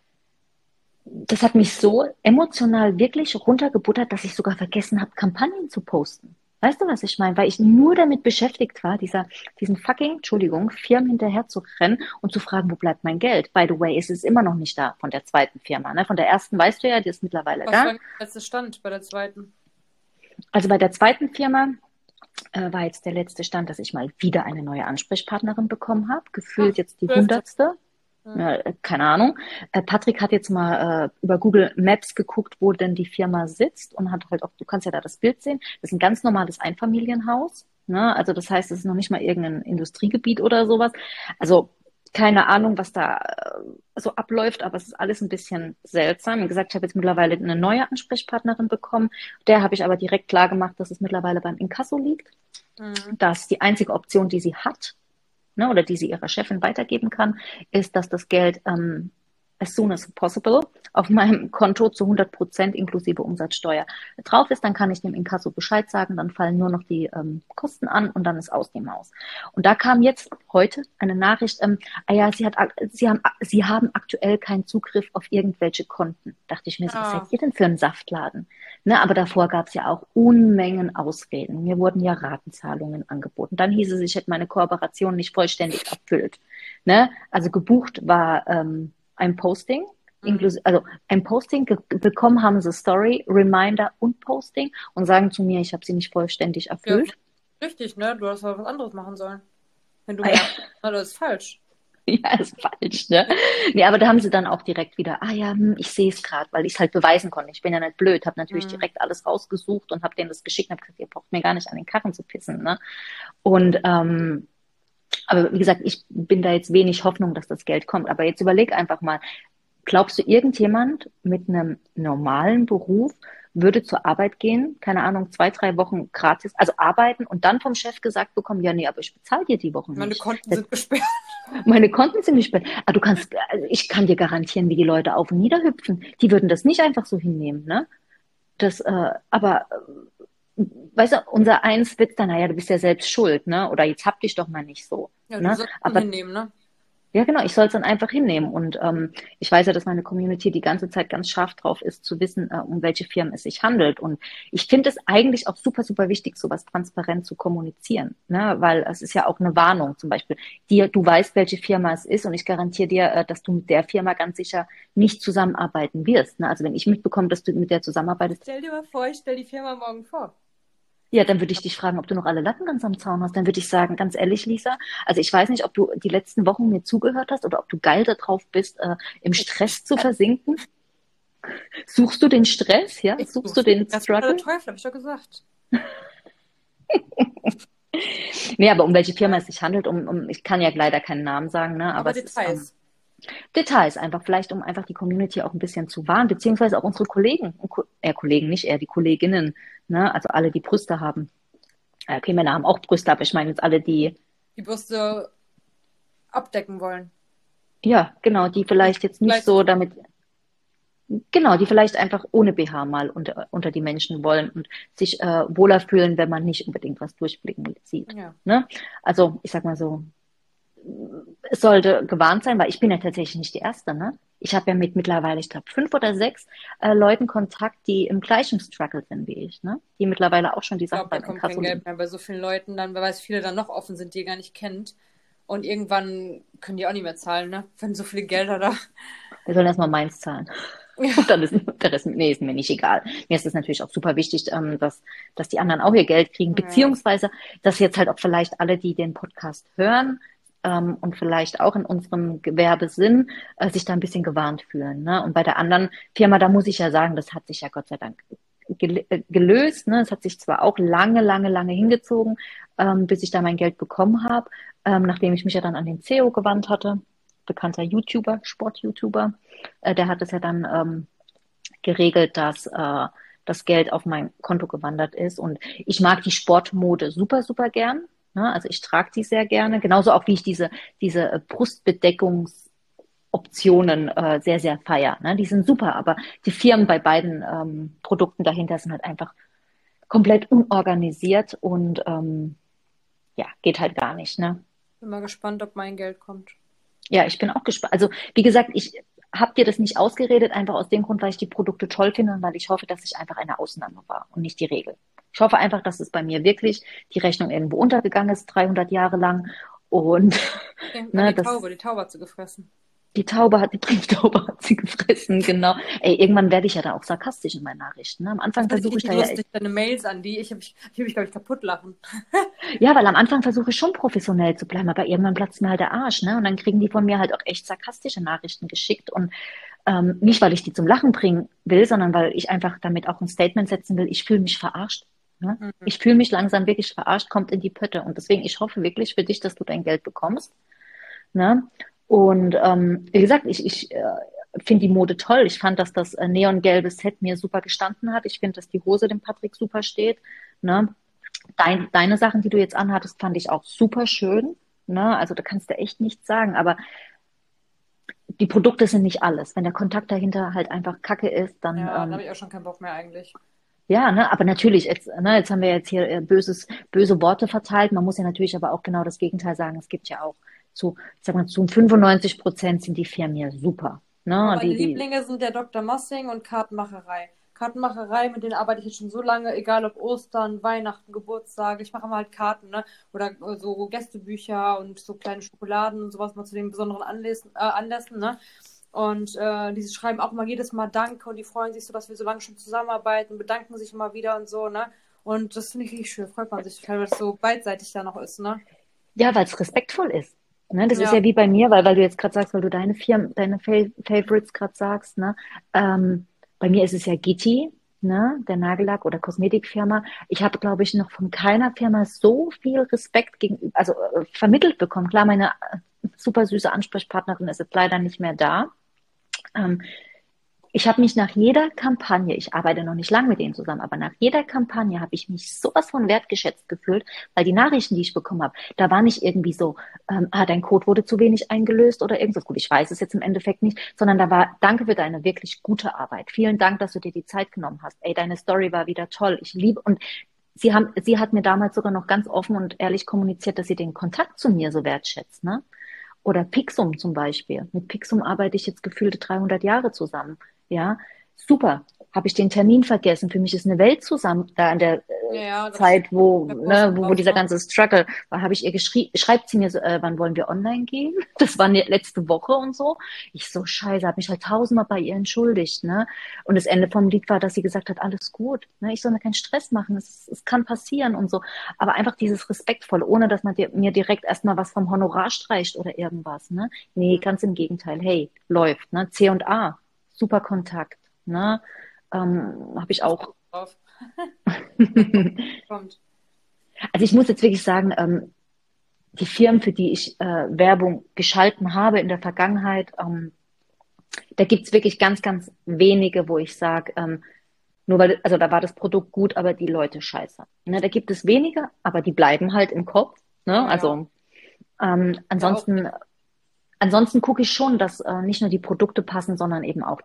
das hat mich so emotional wirklich runtergebuttert, dass ich sogar vergessen habe, Kampagnen zu posten. Weißt du, was ich meine? Weil ich nur damit beschäftigt war, diesen fucking, Entschuldigung, Firmen hinterher zu rennen und zu fragen, wo bleibt mein Geld? By the way, es ist immer noch nicht da von der zweiten Firma. Ne? Von der ersten weißt du ja, die ist mittlerweile Was da. war der letzte Stand bei der zweiten? Also bei der zweiten Firma war jetzt der letzte Stand, dass ich mal wieder eine neue Ansprechpartnerin bekommen habe. Gefühlt jetzt die 100. Ja, keine Ahnung. Patrick hat jetzt mal über Google Maps geguckt, wo denn die Firma sitzt und hat halt auch, du kannst ja da das Bild sehen. Das ist ein ganz normales Einfamilienhaus. Ne? Also das heißt, es ist noch nicht mal irgendein Industriegebiet oder sowas. Also keine Ahnung, was da so abläuft, aber es ist alles ein bisschen seltsam. Wie gesagt, ich habe jetzt mittlerweile eine neue Ansprechpartnerin bekommen. Der habe ich aber direkt klar gemacht, dass es mittlerweile beim Inkasso liegt. Dass die einzige Option, die sie hat, ne, oder die sie ihrer Chefin weitergeben kann, ist, dass das Geld as soon as possible auf meinem Konto zu 100% inklusive Umsatzsteuer drauf ist. Dann kann ich dem Inkasso Bescheid sagen, dann fallen nur noch die Kosten an und dann ist aus dem Haus. Und da kam jetzt heute eine Nachricht, ja, Sie haben aktuell keinen Zugriff auf irgendwelche Konten. Dachte ich mir, was seid ihr denn für ein Saftladen? Ne, aber davor gab es ja auch Unmengen Ausreden. Mir wurden ja Ratenzahlungen angeboten. Dann hieß es, ich hätte meine Kooperation nicht vollständig erfüllt. Ne? Also gebucht war ein Posting, also ein Posting bekommen haben sie Story, Reminder und Posting und sagen zu mir, ich habe sie nicht vollständig erfüllt. Ja, richtig, ne? Du hast was anderes machen sollen. Wenn du das ist falsch. Ja, ist falsch, ne? Nee, aber da haben sie dann auch direkt wieder, ich sehe es gerade, weil ich es halt beweisen konnte. Ich bin ja nicht blöd, habe natürlich direkt alles rausgesucht und habe denen das geschickt und habe gesagt, ihr braucht mir gar nicht an den Karren zu pissen, ne? Und aber wie gesagt, ich bin da jetzt wenig Hoffnung, dass das Geld kommt. Aber jetzt überleg einfach mal, glaubst du, irgendjemand mit einem normalen Beruf würde zur Arbeit gehen, keine Ahnung, 2, 3 Wochen gratis, also arbeiten und dann vom Chef gesagt bekommen, ja, nee, aber ich bezahle dir die Wochen nicht. Meine Konten sind gesperrt. Meine Konten sind gesperrt. Aber ich kann dir garantieren, wie die Leute auf und nieder hüpfen. Die würden das nicht einfach so hinnehmen, ne? Aber weißt du, unser eins wird dann, naja, du bist ja selbst schuld, ne? Oder jetzt hab dich doch mal nicht so. Ja, ne? du sollst es hinnehmen, ne? Ja, genau, ich soll es dann einfach hinnehmen. Und ich weiß ja, dass meine Community die ganze Zeit ganz scharf drauf ist, zu wissen, um welche Firmen es sich handelt. Und ich finde es eigentlich auch super, super wichtig, sowas transparent zu kommunizieren. Ne? Weil es ist ja auch eine Warnung zum Beispiel. Du weißt, welche Firma es ist und ich garantiere dir, dass du mit der Firma ganz sicher nicht zusammenarbeiten wirst. Ne? Also wenn ich mitbekomme, dass du mit der zusammenarbeitest. Stell dir mal vor, ich stell die Firma morgen vor. Ja, dann würde ich dich fragen, ob du noch alle Latten ganz am Zaun hast. Dann würde ich sagen, ganz ehrlich, Lisa, also ich weiß nicht, ob du die letzten Wochen mir zugehört hast oder ob du geil darauf bist, im Stress zu versinken. Suchst du den Stress, ja? Suchst du den Struggle? Das Teufel, habe ich doch gesagt. Nee, aber um welche Firma es sich handelt, ich kann ja leider keinen Namen sagen, ne? Aber Details. Details einfach, vielleicht um einfach die Community auch ein bisschen zu warnen, beziehungsweise auch unsere Kollegen, Kollegen nicht, eher die Kolleginnen, ne? Also alle, die Brüste haben. Okay, Männer haben auch Brüste, aber ich meine jetzt alle, die Brüste abdecken wollen. Ja, genau, die vielleicht jetzt nicht so damit, genau, die vielleicht einfach ohne BH mal unter die Menschen wollen und sich wohler fühlen, wenn man nicht unbedingt was durchblicken sieht. Ja. Ne? Also ich sag mal so, es sollte gewarnt sein, weil ich bin ja tatsächlich nicht die Erste, ne? Ich habe ja mit mittlerweile, ich glaube, 5 oder 6 Leuten Kontakt, die im gleichen Struggle sind wie ich, ne? Die mittlerweile auch schon die Ich Sachen glaube, da beim kommt kein Geld Inkasso. mehr bei so vielen Leuten, dann, wer weiß, viele dann noch offen sind, die ihr gar nicht kennt. Und irgendwann können die auch nicht mehr zahlen, ne? Wenn so viele Gelder da. Wir sollen erstmal meins zahlen. Und dann ist der Rest, nee, ist mir nicht egal. Mir ist es natürlich auch super wichtig, dass die anderen auch ihr Geld kriegen, Ja, beziehungsweise, dass jetzt halt auch vielleicht alle, die den Podcast hören, und vielleicht auch in unserem Gewerbe sind, sich da ein bisschen gewarnt fühlen. Ne? Und bei der anderen Firma, da muss ich ja sagen, das hat sich ja Gott sei Dank gelöst. Ne? Es hat sich zwar auch lange, lange, lange hingezogen, bis ich da mein Geld bekommen habe, nachdem ich mich ja dann an den CEO gewandt hatte, bekannter YouTuber, Sport-YouTuber. Der hat es ja dann geregelt, dass das Geld auf mein Konto gewandert ist. Und ich mag die Sportmode super, super gern. Ne? Also ich trage die sehr gerne. Genauso auch wie ich diese Brustbedeckungsoptionen sehr, sehr feier. Ne? Die sind super, aber die Firmen bei beiden Produkten dahinter sind halt einfach komplett unorganisiert und ja, geht halt gar nicht. Ne? bin mal gespannt, ob mein Geld kommt. Ja, ich bin auch gespannt. Also, wie gesagt, ich habe dir das nicht ausgeredet, einfach aus dem Grund, weil ich die Produkte toll finde und weil ich hoffe, dass ich einfach eine Ausnahme war und nicht die Regel. Ich hoffe einfach, dass es bei mir wirklich die Rechnung irgendwo untergegangen ist, 300 Jahre lang. Und Denk an ne, das, Die Taube hat sie gefressen. die Brieftaube hat sie gefressen, genau. Ey, irgendwann werde ich ja da auch sarkastisch in meinen Nachrichten. Ne? Am Das Anfang ist versuche ich richtig da ja lustig, deine Mails an die. Ich mich, glaube ich, kaputt lachen. Ja, weil am Anfang versuche ich schon professionell zu bleiben, aber irgendwann platzt mir halt der Arsch, ne? Und dann kriegen die von mir halt auch echt sarkastische Nachrichten geschickt und nicht, weil ich die zum Lachen bringen will, sondern weil ich einfach damit auch ein Statement setzen will, ich fühle mich verarscht. Ne? Mhm. Ich fühle mich langsam wirklich verarscht, kommt in die Pötte. Und deswegen, ich hoffe wirklich für dich, dass du dein Geld bekommst. Ne? Und wie gesagt, ich finde die Mode toll. Ich fand, dass das neongelbe Set mir super gestanden hat. Ich finde, dass die Hose dem Patrick super steht. Ne? Deine Sachen, die du jetzt anhattest, fand ich auch super schön. Ne? Also da kannst du echt nichts sagen. Aber die Produkte sind nicht alles. Wenn der Kontakt dahinter halt einfach Kacke ist, dann Ja, da habe ich auch schon keinen Bock mehr eigentlich. ja, ne, aber natürlich, jetzt haben wir jetzt hier böse Worte verteilt. Man muss ja natürlich aber auch genau das Gegenteil sagen. Es gibt ja auch ich sag mal, zu 95% sind die Firmen ja super. Aber Ne? meine Lieblinge sind der Dr. Massing und Kartenmacherei. Kartenmacherei, mit denen arbeite ich jetzt schon so lange, egal ob Ostern, Weihnachten, Geburtstag. Ich mache immer halt Karten, ne? Oder so Gästebücher und so kleine Schokoladen und sowas mal zu den besonderen Anlässen, ne? Und die schreiben auch mal jedes Mal Danke und die freuen sich so, dass wir so lange schon zusammenarbeiten, bedanken sich immer wieder und so, ne? Und das finde ich richtig schön, freut man sich total, weil es so beidseitig da noch ist, ne? Ja, weil es respektvoll ist. Ne? Das ist Ja, ja wie bei mir, weil du jetzt gerade sagst, weil du deine Firmen, deine Favorites gerade sagst. Ne? Bei mir ist es ja Gitti, ne? Der Nagellack- oder Kosmetikfirma. Ich habe, glaube ich, noch von keiner Firma so viel Respekt gegenüber, also vermittelt bekommen. Klar, meine super süße Ansprechpartnerin ist jetzt leider nicht mehr da. Ähm, Ich habe mich nach jeder Kampagne, ich arbeite noch nicht lange mit denen zusammen, aber nach jeder Kampagne habe ich mich sowas von wertgeschätzt gefühlt, weil die Nachrichten, die ich bekommen habe, da war nicht irgendwie so, dein Code wurde zu wenig eingelöst oder irgendwas. Gut, ich weiß es jetzt im Endeffekt nicht, sondern da war, danke für deine wirklich gute Arbeit. Vielen Dank, dass du dir die Zeit genommen hast. Ey, deine Story war wieder toll. Ich liebe, und sie hat mir damals sogar noch ganz offen und ehrlich kommuniziert, dass sie den Kontakt zu mir so wertschätzt, ne? Oder Pixum zum Beispiel. Mit Pixum arbeite ich jetzt gefühlte 300 Jahre zusammen. Ja, super. Habe ich den Termin vergessen? Für mich ist eine Welt zusammen da in der ja, ja, das Zeit, wo, der Post ne, wo drauf, dieser ne? ganze Struggle war, habe ich ihr geschrieben, schreibt sie mir so, wann wollen wir online gehen? Das war letzte Woche und so. Ich so, scheiße, habe mich halt tausendmal bei ihr entschuldigt, ne? Und das Ende vom Lied war, dass sie gesagt hat, alles gut, ne? Ich soll mir keinen Stress machen, es kann passieren und so. Aber einfach dieses Respektvolle, ohne dass man mir direkt erstmal was vom Honorar streicht oder irgendwas, ne? Nee, ganz im Gegenteil. Hey, läuft, ne? C&A, super Kontakt, ne? Habe ich Post auch. drauf. Kommt. Also ich muss jetzt wirklich sagen, die Firmen, für die ich Werbung geschalten habe in der Vergangenheit, da gibt's wirklich ganz, ganz wenige, wo ich sage, nur weil, also da war das Produkt gut, aber die Leute scheiße. Ne, da gibt es wenige, aber die bleiben halt im Kopf. Ne? Ja, Also ja auch. ansonsten gucke ich schon, dass nicht nur die Produkte passen, sondern eben auch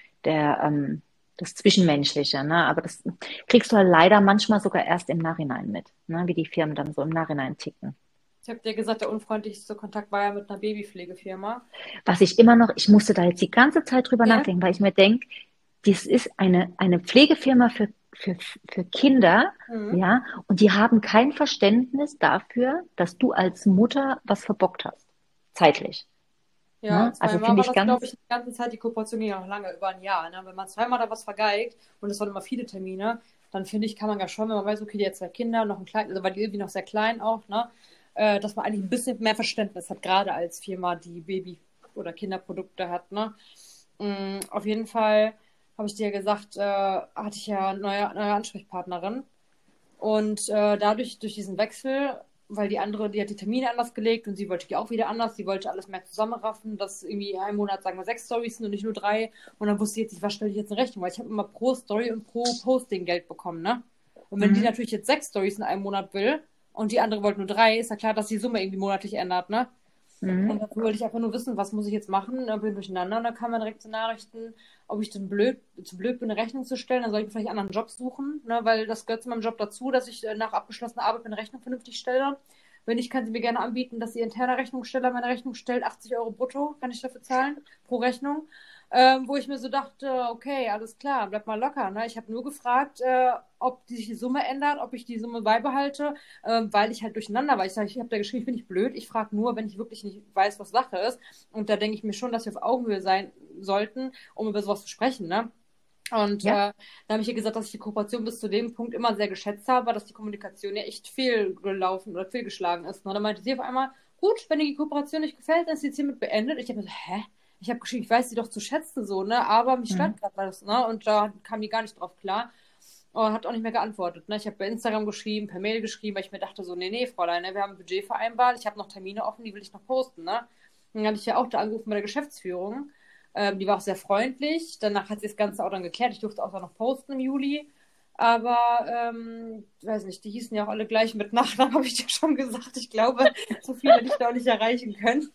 das Zwischenmenschliche. Ne? Aber das kriegst du halt leider manchmal sogar erst im Nachhinein mit, ne? Wie die Firmen dann so im Nachhinein ticken. Ich habe dir gesagt, der unfreundlichste Kontakt war ja mit einer Babypflegefirma. Was ich immer noch, ich musste da jetzt die ganze Zeit drüber Ja. nachdenken, weil ich mir denke, das ist eine Pflegefirma für Kinder, Mhm. ja, und die haben kein Verständnis dafür, dass du als Mutter was verbockt hast, zeitlich. Ja, Ne? Also zweimal finde war ich das, glaube ich, ganz, die ganze Zeit, die Kooperation ging auch lange, über ein Jahr. Ne? Wenn man zweimal da was vergeigt und es waren immer viele Termine, dann finde ich, kann man ja schon, wenn man weiß, okay, die hat zwei Kinder, noch ein kleines, also war die irgendwie noch sehr klein auch, ne? Dass man eigentlich ein bisschen mehr Verständnis hat, gerade als Firma, die Baby- oder Kinderprodukte hat. Ne? Auf jeden Fall habe ich dir gesagt, hatte ich ja eine neue Ansprechpartnerin. Und dadurch, durch diesen Wechsel, weil die andere, die hat die Termine anders gelegt und sie wollte die auch wieder anders, sie wollte alles mehr zusammenraffen, dass irgendwie einen Monat, sagen wir, 6 Storys sind und nicht nur 3. Und dann wusste ich jetzt nicht, was stelle ich jetzt in Rechnung, weil ich habe immer pro Story und pro Posting Geld bekommen, ne? Und wenn die mhm. natürlich jetzt 6 Storys in einem Monat will und die andere wollte nur 3, ist ja klar, dass die Summe irgendwie monatlich ändert, ne? Und Mhm. dafür wollte ich einfach nur wissen, was muss ich jetzt machen. Bin durcheinander und dann kamen direkt so Nachrichten, ob ich dann zu blöd bin, eine Rechnung zu stellen. Dann soll ich mir vielleicht einen anderen Job suchen, ne? Weil das gehört zu meinem Job dazu, dass ich nach abgeschlossener Arbeit meine Rechnung vernünftig stelle. Wenn nicht, kann sie mir gerne anbieten, dass ihr interner Rechnungssteller meine Rechnung stellt. 80 Euro brutto kann ich dafür zahlen, pro Rechnung. Wo ich mir so dachte, okay, alles klar, bleib mal locker. Ne? Ich habe nur gefragt, ob die sich die Summe ändert, ob ich die Summe beibehalte, weil ich halt durcheinander war. Ich sage, ich habe da geschrieben, ich bin nicht blöd. Ich frage nur, wenn ich wirklich nicht weiß, was Sache ist. Und da denke ich mir schon, dass wir auf Augenhöhe sein sollten, um über sowas zu sprechen. Ne? Und Ja, da habe ich ihr gesagt, dass ich die Kooperation bis zu dem Punkt immer sehr geschätzt habe, dass die Kommunikation ja echt fehlgelaufen oder fehlgeschlagen ist. Und dann meinte sie auf einmal, gut, wenn dir die Kooperation nicht gefällt, dann ist sie jetzt hiermit beendet. Ich habe mir so, hä? Ich habe geschrieben, ich weiß sie doch zu schätzen, so, ne? Aber mich mhm. stört gerade was, ne? Und da kam die gar nicht drauf klar. Und hat auch nicht mehr geantwortet. Ne? Ich habe bei Instagram geschrieben, per Mail geschrieben, weil ich mir dachte so, nee, Fräulein, ne? Wir haben ein Budget vereinbart, ich habe noch Termine offen, die will ich noch posten. Ne? Dann hatte ich ja auch da angerufen bei der Geschäftsführung. Die war auch sehr freundlich. Danach hat sie das Ganze auch dann geklärt. Ich durfte auch noch posten im Juli. Aber, weiß nicht, die hießen ja auch alle gleich mit Nachnamen, habe ich dir schon gesagt. Ich glaube, so viel hätte ich da auch nicht erreichen können.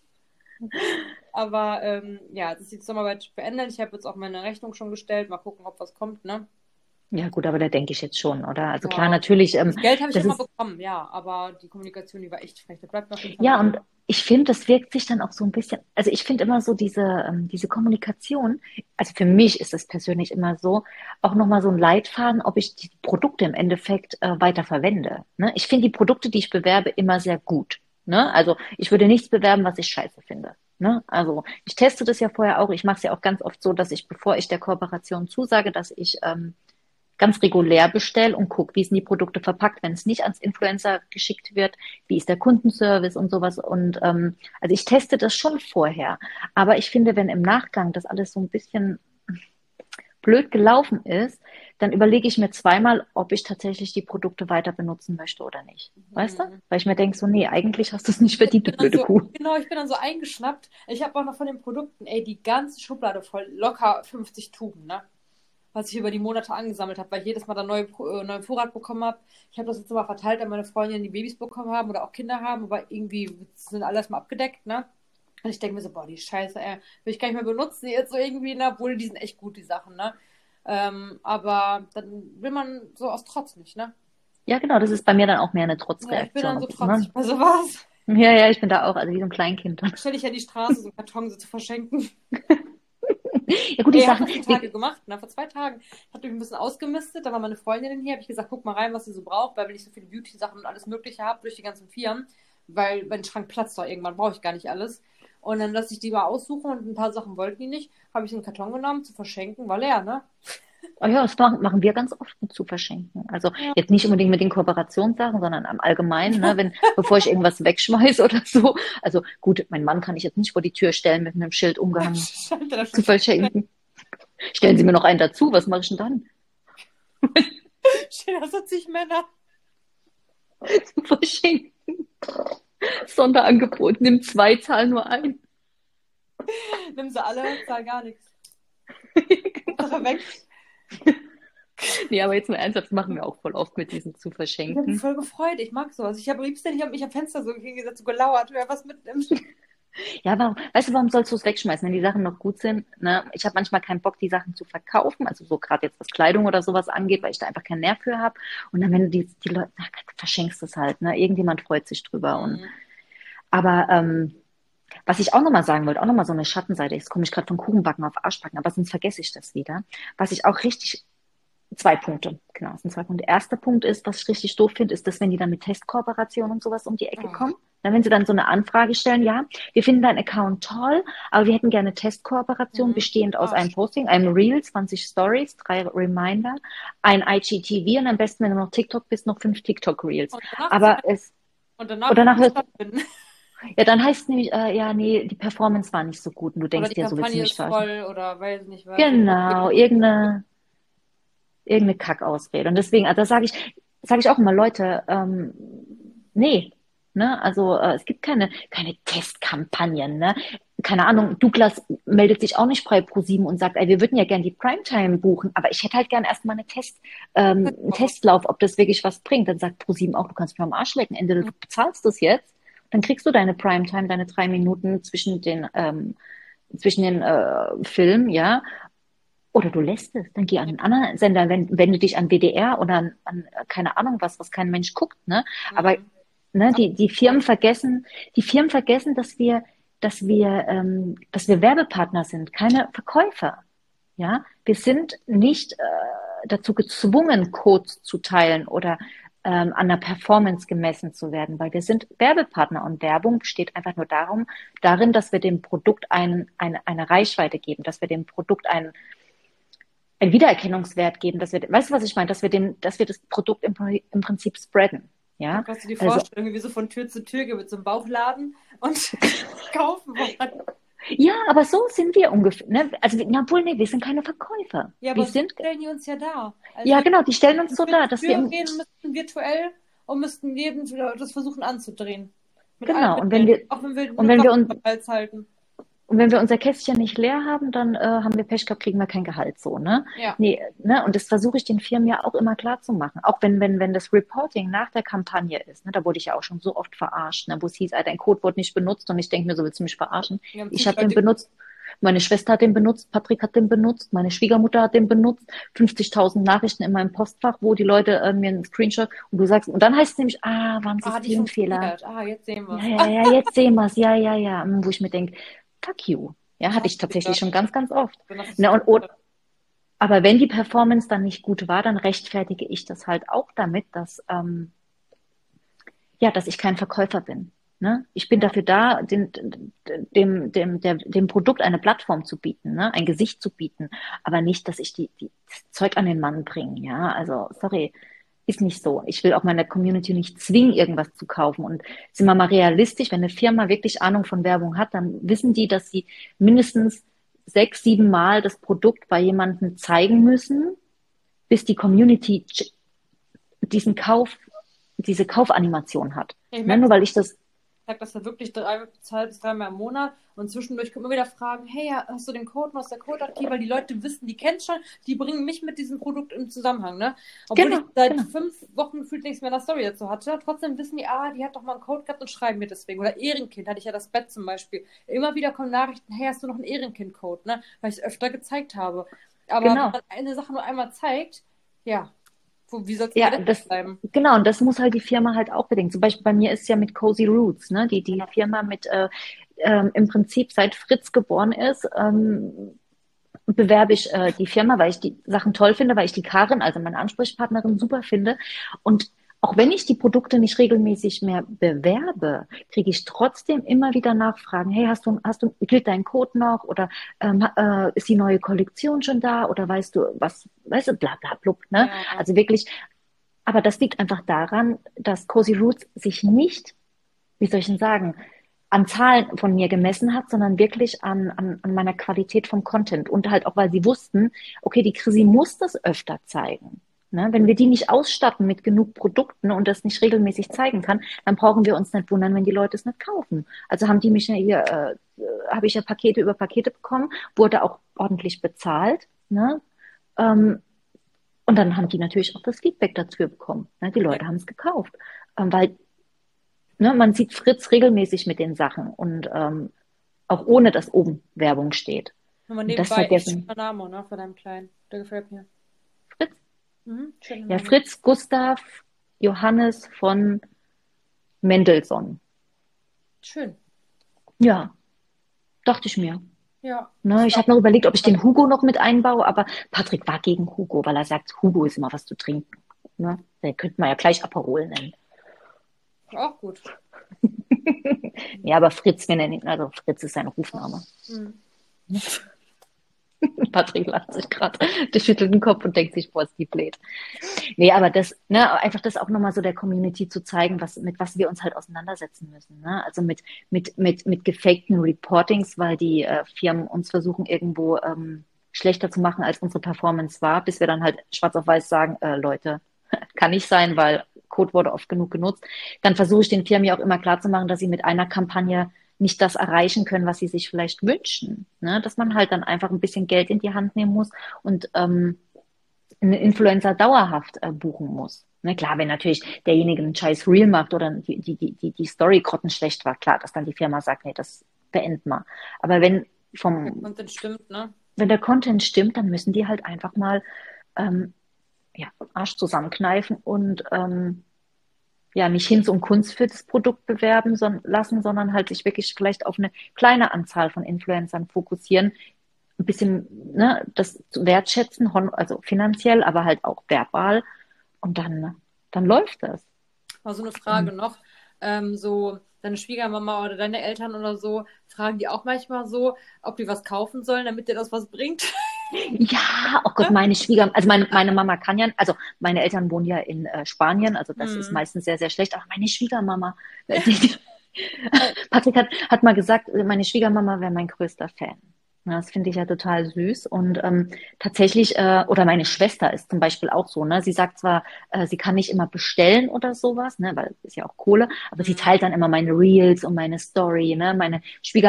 Aber ja, das ist die Zusammenarbeit beendet. Ich habe jetzt auch meine Rechnung schon gestellt. Mal gucken, ob was kommt, ne? Ja gut, aber da denke ich jetzt schon, oder? Also klar, Ja. natürlich, Das Geld habe ich das immer ist, bekommen, ja. Aber die Kommunikation, die war echt frech. Das bleibt mir auf jeden Fall in ja, Erinnerung. und ich finde, das wirkt sich dann auch so ein bisschen, also ich finde immer so diese Kommunikation, also für mich ist es persönlich immer so, auch nochmal so ein Leitfaden, ob ich die Produkte im Endeffekt weiter verwende. Ne? Ich finde die Produkte, die ich bewerbe, immer sehr gut. Ne? Also ich würde nichts bewerben, was ich scheiße finde. Ne? Also ich teste das ja vorher auch. Ich mache es ja auch ganz oft so, dass ich, bevor ich der Kooperation zusage, dass ich ganz regulär bestelle und gucke, wie sind die Produkte verpackt, wenn es nicht ans Influencer geschickt wird, wie ist der Kundenservice und sowas. Und also ich teste das schon vorher. Aber ich finde, wenn im Nachgang das alles so ein bisschen blöd gelaufen ist, dann überlege ich mir zweimal, ob ich tatsächlich die Produkte weiter benutzen möchte oder nicht. Weißt du? Mhm. Weil ich mir denke, so, nee, eigentlich hast du es nicht verdient, du Bin dann blöde so, Kuh. genau, ich bin dann so eingeschnappt. Ich habe auch noch von den Produkten, ey, die ganze Schublade voll, locker 50 Tuben, ne? Was ich über die Monate angesammelt habe, weil ich jedes Mal dann neuen Vorrat bekommen habe. Ich habe das jetzt immer verteilt an meine Freundinnen, die Babys bekommen haben oder auch Kinder haben, aber irgendwie sind alles mal abgedeckt, ne? Und ich denke mir so, boah, die Scheiße, ey, will ich gar nicht mehr benutzen, die jetzt so irgendwie, ne? Obwohl die sind echt gut, die Sachen, ne? Aber dann will man so aus Trotz nicht, ne? Ja, genau, das ist bei mir dann auch mehr eine Ja, ich bin dann Trotzreaktion. so Also, ne? trotzig bei sowas. Ja, ja, ich bin da auch, also wie so ein Kleinkind. Stell dich ja die Straße, so einen Karton so zu verschenken. Ja gut, die Ey, ich habe Sachen, das die Tage gemacht, ne? Vor 2 Tagen. Ich hatte mich ein bisschen ausgemistet, da war meine Freundin hier, habe ich gesagt, guck mal rein, was sie so braucht, weil wenn ich so viele Beauty-Sachen und alles Mögliche habe durch die ganzen Firmen, weil mein Schrank platzt doch irgendwann, brauche ich gar nicht alles. Und dann lasse ich die mal aussuchen und ein paar Sachen wollten die nicht. Habe ich so einen Karton genommen zu verschenken, war leer, ne? oh ja, das machen wir ganz oft mit zu verschenken. Also Ja. jetzt nicht unbedingt mit den Kooperationssachen, sondern am Allgemeinen, ne, wenn, bevor ich irgendwas wegschmeiße oder so. Also gut, mein Mann kann ich jetzt nicht vor die Tür stellen mit einem Schild umgehangen Stand da zu schon verschenken. Stellen Sie mir noch einen dazu, was mache ich denn dann? steht da 70 Männer. Zu verschenken. Sonderangebot, nimm zwei, zahl nur ein. Nimm sie alle, zahl gar nichts. Sache weg. Nee, aber jetzt mal ernsthaft, das machen wir auch voll oft mit diesen zu Ich habe mich verschenken. voll gefreut, ich mag sowas. Ich habe am liebsten, ich habe mich am Fenster so hingesetzt, so gelauert, wer was mitnimmt. Ja, warum, weißt du, warum sollst du es wegschmeißen, wenn die Sachen noch gut sind? Ne? Ich habe manchmal keinen Bock, die Sachen zu verkaufen, also so gerade jetzt was Kleidung oder sowas angeht, weil ich da einfach keinen Nerv für habe. Und dann, wenn du die Leute, ach, verschenkst es halt, ne? Irgendjemand freut sich drüber. Und Mhm. Aber was ich auch nochmal sagen wollte, auch nochmal so eine Schattenseite, jetzt komme ich gerade von Kuchenbacken auf Arschbacken, aber sonst vergesse ich das wieder. Was ich auch richtig, zwei Punkte, genau, es sind zwei Punkte. Erster Punkt ist, was ich richtig doof finde, ist, dass wenn die dann mit Testkooperationen und sowas um die Ecke Oh, kommen, dann wenn sie dann so eine Anfrage stellen, ja, wir finden deinen Account toll, aber wir hätten gerne Testkooperation bestehend aus einem Arsch. Posting, einem Reel, 20 Stories, 3 Reminder, ein IGTV und am besten, wenn du noch TikTok bist, noch 5 TikTok Reels. Und danach Aber es, und und danach wird danach nicht hörst, stattfinden. ja, dann heißt es nämlich, ja, nee, die Performance war nicht so gut und du Oder denkst die dir, so willst du Kampagne mich ist verarschen. voll oder weiß nicht was. Oder Genau, irgendeine Kackausrede. Und deswegen, also da sage ich auch immer, Leute, nee, ne, also es gibt keine Testkampagnen, ne? Keine Ahnung, Douglas meldet sich auch nicht bei ProSieben und sagt, ey, wir würden ja gerne die Primetime buchen, aber ich hätte halt gern erstmal einen Testlauf, ob das wirklich was bringt. Dann sagt ProSieben auch, du kannst mich am Arsch lecken, entweder du bezahlst das jetzt, dann kriegst du deine Primetime, deine 3 Minuten zwischen den Filmen, ja, oder du lässt es, dann geh an einen anderen Sender, wenn du dich an WDR oder an keine Ahnung was kein Mensch guckt, ne? Aber Mhm. ne, die Firmen vergessen, dass wir Werbepartner sind, keine Verkäufer. Ja, wir sind nicht dazu gezwungen, Codes zu teilen oder an der Performance gemessen zu werden, weil wir sind Werbepartner und Werbung besteht einfach nur darin, dass wir dem Produkt eine Reichweite geben, dass wir dem Produkt einen Wiedererkennungswert geben, weißt du, was ich meine, dass wir das Produkt im Prinzip spreaden. Ich habe Ja, gerade so die also, Vorstellung, wie wir so von Tür zu Tür gehen mit so einem Bauchladen und kaufen wollen. ja, aber so sind wir ungefähr, ne? Also, obwohl, nee, wir sind keine Verkäufer. Ja, Wir aber so sind, stellen die uns ja dar. Als ja, würden genau, die stellen uns wir so Tür dar, zu dass wir Tür gehen müssten virtuell und müssten jedem das versuchen anzudrehen. Mit allen genau, Mitteln. Auch wenn wir und eine wenn wir Waffe uns, am Hals halten. Und wenn wir unser Kästchen nicht leer haben, dann haben wir Pech gehabt, kriegen wir kein Gehalt so, ne? Ja. Nee, ne? Und das versuche ich den Firmen ja auch immer klar zu machen. Auch wenn das Reporting nach der Kampagne ist, ne? Da wurde ich ja auch schon so oft verarscht, ne? Wo es hieß, dein Code wurde nicht benutzt und ich denke mir so, willst du mich verarschen? Wir haben Ich habe Zuschauer, den benutzt, meine Schwester hat den benutzt, Patrick hat den benutzt, meine Schwiegermutter hat den benutzt, 50.000 Nachrichten in meinem Postfach, wo die Leute mir einen Screenshot und du sagst, und dann heißt es nämlich, war ein die Systemfehler. funktioniert. Jetzt sehen wir Ja, es. ja, ja, jetzt sehen wir es. Ja, ja, ja. Wo ich mir denke, fuck you. Ja, Ich hatte hasse ich dich tatsächlich schon dafür, ganz, ganz oft. wenn das ist. Ne, aber wenn die Performance dann nicht gut war, dann rechtfertige ich das halt auch damit, dass ich kein Verkäufer bin. Ne? Ich bin Ja. dafür da, dem Produkt eine Plattform zu bieten, ne? Ein Gesicht zu bieten, aber nicht, dass ich das Zeug an den Mann bringe. Ja, also sorry, ist nicht so. Ich will auch meiner Community nicht zwingen, irgendwas zu kaufen. Und sind wir mal realistisch, wenn eine Firma wirklich Ahnung von Werbung hat, dann wissen die, dass sie mindestens 6, 7 Mal das Produkt bei jemandem zeigen müssen, bis die Community diesen Kauf, diese Kaufanimation hat. Ich Ne? merke Nur weil ich das, sage das ja wirklich 2 bis 3 Mal im Monat und zwischendurch kommen immer wieder Fragen, hey, hast du den Code noch, ist der Code aktiv? Weil die Leute wissen, die kennen es schon, die bringen mich mit diesem Produkt im Zusammenhang, ne? Obwohl ich genau, seit genau. 5 Wochen gefühlt nichts mehr in der Story dazu hatte, trotzdem wissen die, die hat doch mal einen Code gehabt und schreiben mir deswegen. Oder Ehrenkind hatte ich ja das Bett zum Beispiel. Immer wieder kommen Nachrichten, hey, hast du noch einen Ehrenkind-Code, ne? Weil ich es öfter gezeigt habe. Aber wenn Genau. man eine Sache nur einmal zeigt, ja, wie soll es denn Ja, gedächtnis bleiben? genau, und das muss halt die Firma halt auch bedenken. Zum Beispiel bei mir ist ja mit Cozy Roots, ne, die Ja. Firma im Prinzip seit Fritz geboren ist, bewerbe ich die Firma, weil ich die Sachen toll finde, weil ich die Karin, also meine Ansprechpartnerin, super finde. Und auch wenn ich die Produkte nicht regelmäßig mehr bewerbe, kriege ich trotzdem immer wieder Nachfragen. Hey, gilt dein Code noch? Oder ist die neue Kollektion schon da? Oder weißt du, bla bla blub, ne? Ja. Also wirklich, aber das liegt einfach daran, dass Cozy Roots sich nicht, wie soll ich denn sagen, an Zahlen von mir gemessen hat, sondern wirklich an meiner Qualität vom Content. Und halt auch, weil sie wussten, okay, die Chrissy muss das öfter zeigen. Ne? Wenn wir die nicht ausstatten mit genug Produkten und das nicht regelmäßig zeigen kann, dann brauchen wir uns nicht wundern, wenn die Leute es nicht kaufen. Also haben die mich ja habe ich ja Pakete über Pakete bekommen, wurde auch ordentlich bezahlt. Ne? Ähm, und dann haben die natürlich auch das Feedback dazu bekommen. Ne? Die Leute haben es gekauft. Weil man sieht Fritz regelmäßig mit den Sachen und auch ohne, dass oben Werbung steht. Nur mal Und das nebenbei, echt vergessen schöner Name, ne, von deinem Kleinen. Der gefällt mir. Fritz. Schöner Ja, Name. Fritz Gustav Johannes von Mendelssohn. Schön. Ja, dachte ich mir. Ja. Ne, ich habe noch überlegt, ob ich den Hugo noch mit einbaue, aber Patrick war gegen Hugo, weil er sagt, Hugo ist immer was zu trinken. Ne? Den könnte man ja gleich Aperol nennen. Auch gut. Ja, aber Fritz, wir nennen ihn, also Fritz ist sein Rufname. Hm. Patrick lacht sich gerade, der schüttelt den Kopf und denkt sich, boah, ist die blöd. Nee, aber das, ne, einfach das auch nochmal so der Community zu zeigen, mit was wir uns halt auseinandersetzen müssen. Ne? Also mit gefakten Reportings, weil die Firmen uns versuchen, irgendwo schlechter zu machen, als unsere Performance war, bis wir dann halt schwarz auf weiß sagen, Leute, kann nicht sein, weil Code wurde oft genug genutzt. Dann versuche ich den Firmen ja auch immer klarzumachen, dass sie mit einer Kampagne nicht das erreichen können, was sie sich vielleicht wünschen. Ne? Dass man halt dann einfach ein bisschen Geld in die Hand nehmen muss und einen Influencer dauerhaft buchen muss. Ne, klar, wenn natürlich derjenige einen scheiß Reel macht oder die Story grottenschlecht war, klar, dass dann die Firma sagt, nee, das beenden wir. Aber Und das stimmt, ne? wenn der Content stimmt, dann müssen die halt einfach mal ja, Arsch zusammenkneifen und ja, nicht Hinz und Kunst für das Produkt bewerben lassen, sondern halt sich wirklich vielleicht auf eine kleine Anzahl von Influencern fokussieren, ein bisschen ne, das zu wertschätzen, also finanziell, aber halt auch verbal und dann läuft das. Mal so eine Frage noch. So deine Schwiegermama oder deine Eltern oder so, fragen die auch manchmal so, ob die was kaufen sollen, damit dir das was bringt? Ja, oh Gott, also meine Mama kann ja, also meine Eltern wohnen ja in Spanien, also das ist meistens sehr, sehr schlecht, aber meine Schwiegermama, Patrick hat mal gesagt, meine Schwiegermama wäre mein größter Fan. Ja, das finde ich ja total süß. Und tatsächlich, oder meine Schwester ist zum Beispiel auch so, ne? Sie sagt zwar, sie kann nicht immer bestellen oder sowas, ne, weil ist ja auch Kohle, aber sie teilt dann immer meine Reels und meine Story, ne? Meine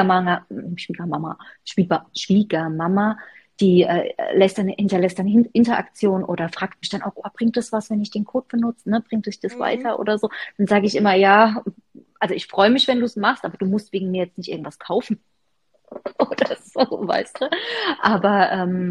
Schwiegermama, die hinterlässt dann Interaktion oder fragt mich dann auch, oh, bringt das was, wenn ich den Code benutze, ne? Bringt dich das weiter oder so? Dann sage ich immer, ja, also ich freue mich, wenn du es machst, aber du musst wegen mir jetzt nicht irgendwas kaufen. Oder so, weißt du. Aber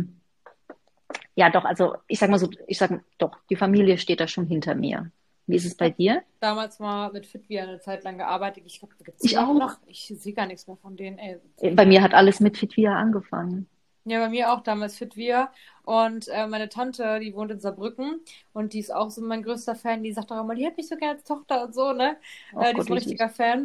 ja, doch, also ich sag mal so, doch, die Familie steht da schon hinter mir. Wie ist es bei dir? Damals mal mit Fitvia eine Zeit lang gearbeitet. Ich glaube, da gibt es Ich auch. noch. Ich sehe gar nichts mehr von denen. Ey. Bei mir hat alles mit Fitvia angefangen. Ja, bei mir auch damals Fitvia. Und meine Tante, die wohnt in Saarbrücken und die ist auch so mein größter Fan. Die sagt auch immer, die hat mich so gerne als Tochter und so, ne? Oh Die Gott, ist ein wie richtiger Fan.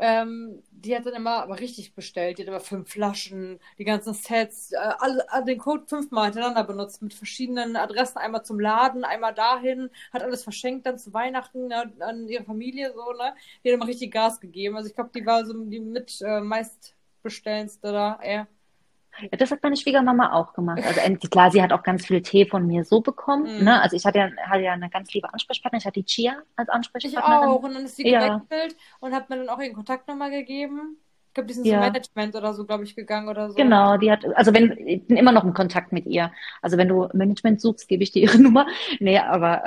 Die hat dann immer aber richtig bestellt. Die hat immer 5 Flaschen, die ganzen Sets, den Code 5-mal hintereinander benutzt mit verschiedenen Adressen. Einmal zum Laden, einmal dahin. Hat alles verschenkt dann zu Weihnachten, ne, an ihre Familie so, ne? Die hat immer richtig Gas gegeben. Also ich glaube, die war so die mit meistbestellendste da. Ja, das hat meine Schwiegermama auch gemacht. Also klar, sie hat auch ganz viel Tee von mir so bekommen. Ne? Also ich hatte ja eine ganz liebe Ansprechpartnerin. Ich hatte die Chia als Ich Ansprechpartnerin. auch. Und dann ist sie Ja, gewechselt und hat mir dann auch ihren Kontaktnummer gegeben. Ich glaube, die sind so ja, Management oder so, glaube ich, gegangen oder so. genau. Ich bin immer noch in Kontakt mit ihr. Also wenn du Management suchst, gebe ich dir ihre Nummer. Nee, aber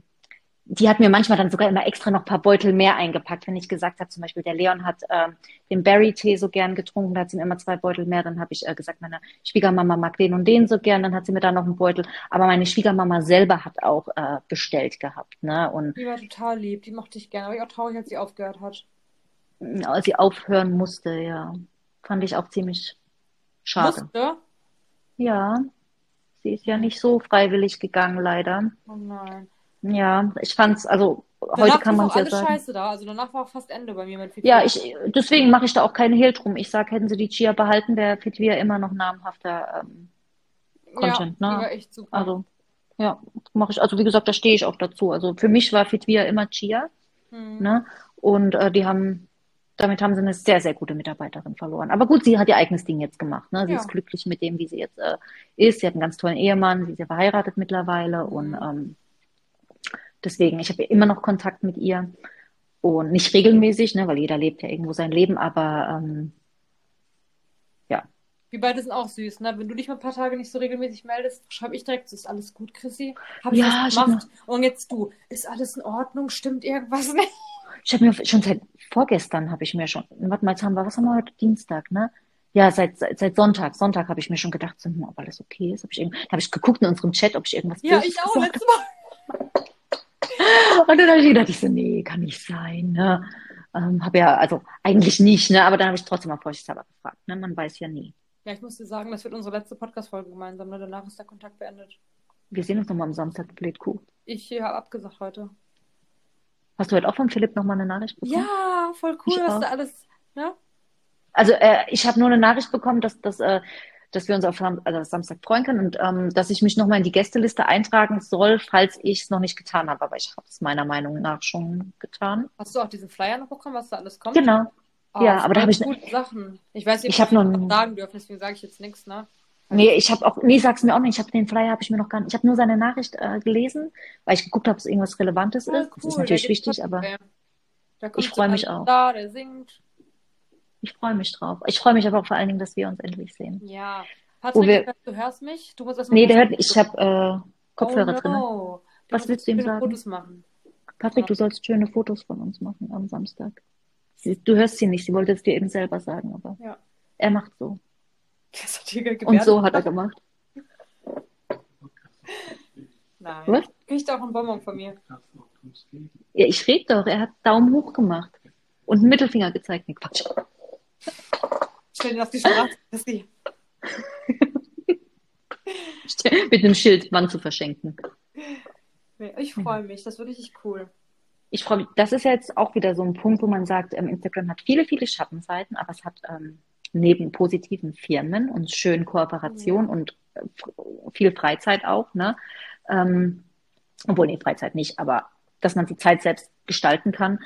die hat mir manchmal dann sogar immer extra noch ein paar Beutel mehr eingepackt, wenn ich gesagt habe, zum Beispiel der Leon hat den Berry-Tee so gern getrunken, da hat sie mir immer 2 Beutel mehr, dann habe ich gesagt, meine Schwiegermama mag den und den so gern, dann hat sie mir da noch einen Beutel, aber meine Schwiegermama selber hat auch bestellt gehabt, ne, und Die war total lieb, die mochte ich gerne. Aber ich auch traurig, als sie aufgehört hat. als sie aufhören musste, ja, fand ich auch ziemlich schade. Musste? Ja, sie ist ja nicht so freiwillig gegangen, leider. Oh nein. Ja, ich fand's, also heute Danach kann war man auch es ja alles sagen. scheiße da. Also danach war auch fast Ende bei mir mit Ja, Fitvia. deswegen mache ich da auch keine Hehl drum. Ich sage, hätten sie die Chia behalten, wäre Fitvia immer noch namhafter Ja, Content, die ne? war echt super. Also, ja, mache ich, also wie gesagt, da stehe ich auch dazu. Also für mich war Fitvia immer Chia, ne? Und damit haben sie eine sehr, sehr gute Mitarbeiterin verloren. Aber gut, sie hat ihr eigenes Ding jetzt gemacht, ne? Sie Ja. ist glücklich mit dem, wie sie jetzt ist. Sie hat einen ganz tollen Ehemann, sie ist ja verheiratet mittlerweile und deswegen, ich habe immer noch Kontakt mit ihr. Und nicht regelmäßig, ne, weil jeder lebt ja irgendwo sein Leben, aber ja. Wir beide sind auch süß, ne? Wenn du dich mal ein paar Tage nicht so regelmäßig meldest, schreibe ich direkt, ist alles gut, Chrissy? Habe ich Ja, was gemacht? Und jetzt du, ist alles in Ordnung? Stimmt irgendwas nicht? ich habe mir schon seit vorgestern habe ich mir schon, warte mal, was haben wir heute? Dienstag, ne? Ja, seit Sonntag. Sonntag habe ich mir schon gedacht, so, ob alles okay ist. Da habe ich geguckt in unserem Chat, ob ich irgendwas Ja, Böses ich auch, gesagt letztes Mal. habe. Und dann habe ich gedacht, nee, kann nicht sein, ne? Habe ja, also eigentlich nicht, ne? Aber dann habe ich trotzdem mal vorsichtshalber gefragt. Ne? Man weiß ja nie. Ja, ich muss dir sagen, das wird unsere letzte Podcast-Folge gemeinsam, ne? Danach ist der Kontakt beendet. Wir sehen uns nochmal am Samstag, blöd Kuh. Ich habe abgesagt heute. Hast du heute auch von Philipp nochmal eine Nachricht bekommen? Ja, voll cool, Ich was auch. da alles, ne? Also ich habe nur eine Nachricht bekommen, dass wir uns auf Samstag freuen können und dass ich mich nochmal in die Gästeliste eintragen soll, falls ich es noch nicht getan habe. Aber ich habe es meiner Meinung nach schon getan. Hast du auch diesen Flyer noch bekommen, was da alles kommt? Genau. Oh, Ja, aber da habe ich, gute Sachen. Ich weiß nicht, ich ob habe wir noch, das sagen dürfen, deswegen sage ich jetzt nichts, ne? nee, ich habe auch, nee, sag's mir auch nicht. Ich habe den Flyer, habe ich mir noch gar nicht. Ich habe nur seine Nachricht gelesen, weil ich geguckt habe, ob es irgendwas Relevantes Voll ist. Das ist cool, der natürlich geht wichtig, aber Da ich kommt so freue mich alles auch. da, der singt. Ich freue mich drauf. Ich freue mich aber auch vor allen Dingen, dass wir uns endlich sehen. Ja. Wo Patrick, ich wir, weiß, du hörst mich. Du musst erstmal nee, der Fotos hört, machen. ich habe Oh Kopfhörer drin. no. Du Was musst willst du ihm schöne sagen? Fotos machen. Patrick, du sollst schöne Fotos von uns machen am Samstag. Du hörst sie nicht, sie wollte es dir eben selber sagen, aber Ja. er macht so. Das hat dir Und so hat er gemacht. Nein. Was? Kriegt auch einen Bonbon von mir. Ja, ich rede doch, er hat Daumen hoch gemacht. Und einen Mittelfinger gezeigt. Nee, Quatsch. Stell dir auf die Straße, dass die. Mit einem Schild Mann zu verschenken. Nee, ich freue mich, das wird richtig cool. Ich freue mich. Das ist jetzt auch wieder so ein Punkt, wo man sagt, Instagram hat viele, viele Schattenseiten, aber es hat neben positiven Firmen und schönen Kooperationen und viel Freizeit auch, ne? Obwohl, nee, Freizeit nicht, aber dass man die Zeit selbst gestalten kann,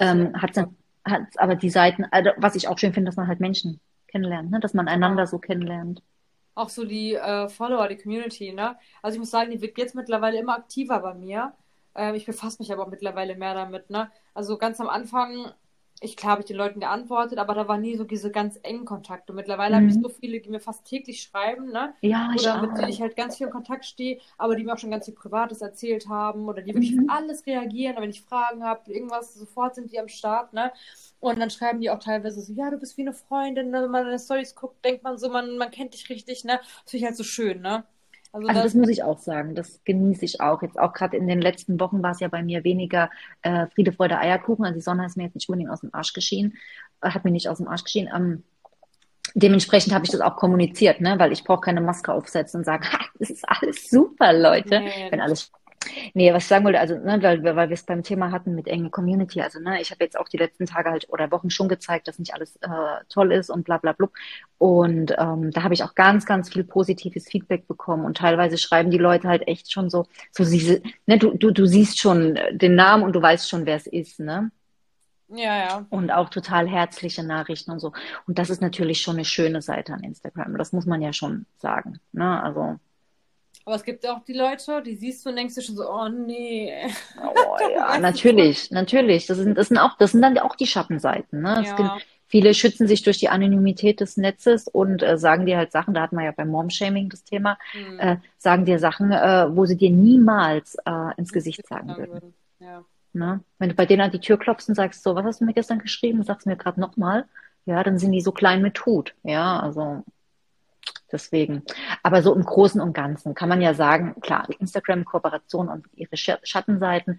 hat aber die Seiten, also was ich auch schön finde, dass man halt Menschen kennenlernt, ne? Dass man einander so kennenlernt. Auch so die Follower, die Community, ne? Also ich muss sagen, die wird jetzt mittlerweile immer aktiver bei mir. Ich befasse mich aber auch mittlerweile mehr damit, ne? Also ganz am Anfang, klar habe ich den Leuten geantwortet, aber da war nie so diese ganz engen Kontakte. Und mittlerweile habe ich so viele, die mir fast täglich schreiben, ne? Ja, ich Oder mit auch. denen ich halt ganz viel in Kontakt stehe, aber die mir auch schon ganz viel Privates erzählt haben oder die wirklich auf alles reagieren, wenn ich Fragen habe, irgendwas, sofort sind die am Start, ne? Und dann schreiben die auch teilweise so, ja, du bist wie eine Freundin, ne? Wenn man deine Storys guckt, denkt man so, man kennt dich richtig, ne? Das finde ich halt so schön, ne? Also das muss ich auch sagen, das genieße ich auch. Jetzt auch gerade in den letzten Wochen war es ja bei mir weniger Friede, Freude, Eierkuchen. Also die Sonne ist mir jetzt nicht unbedingt aus dem Arsch geschienen, hat mir nicht aus dem Arsch geschienen. Dementsprechend habe ich das auch kommuniziert, ne? Weil ich brauche keine Maske aufsetzen und sagen, ha, das ist alles super, Leute. Nee, Wenn alles Nee, was ich sagen wollte, also, ne, weil wir es beim Thema hatten mit enge Community, also, ne, ich habe jetzt auch die letzten Tage halt oder Wochen schon gezeigt, dass nicht alles toll ist und bla bla bla. Und da habe ich auch ganz, ganz viel positives Feedback bekommen und teilweise schreiben die Leute halt echt schon so diese, ne, du siehst schon den Namen und du weißt schon, wer es ist, ne? Ja, ja. Und auch total herzliche Nachrichten und so. Und das ist natürlich schon eine schöne Seite an Instagram. Das muss man ja schon sagen, ne? Also. Aber es gibt ja auch die Leute, die siehst du und denkst dir schon so, oh nee. Oh ja, natürlich. Das sind dann auch die Schattenseiten, ne? Ja. Viele schützen sich durch die Anonymität des Netzes und sagen dir halt Sachen, da hatten wir ja beim Mom-Shaming das Thema, sagen dir Sachen, wo sie dir niemals ins Gesicht sagen würden. Ja. Ne? Wenn du bei denen an die Tür klopfst und sagst, so, was hast du mir gestern geschrieben? Sagst du mir gerade nochmal. Ja, dann sind die so klein mit Hut. Ja, also deswegen. Aber so im Großen und Ganzen kann man ja sagen, klar, die Instagram-Kooperation und ihre Schattenseiten,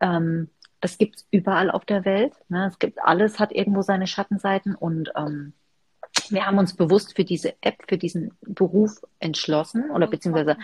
das gibt's überall auf der Welt. Ne? Es gibt alles, hat irgendwo seine Schattenseiten und wir haben uns bewusst für diese App, für diesen Beruf entschlossen oder beziehungsweise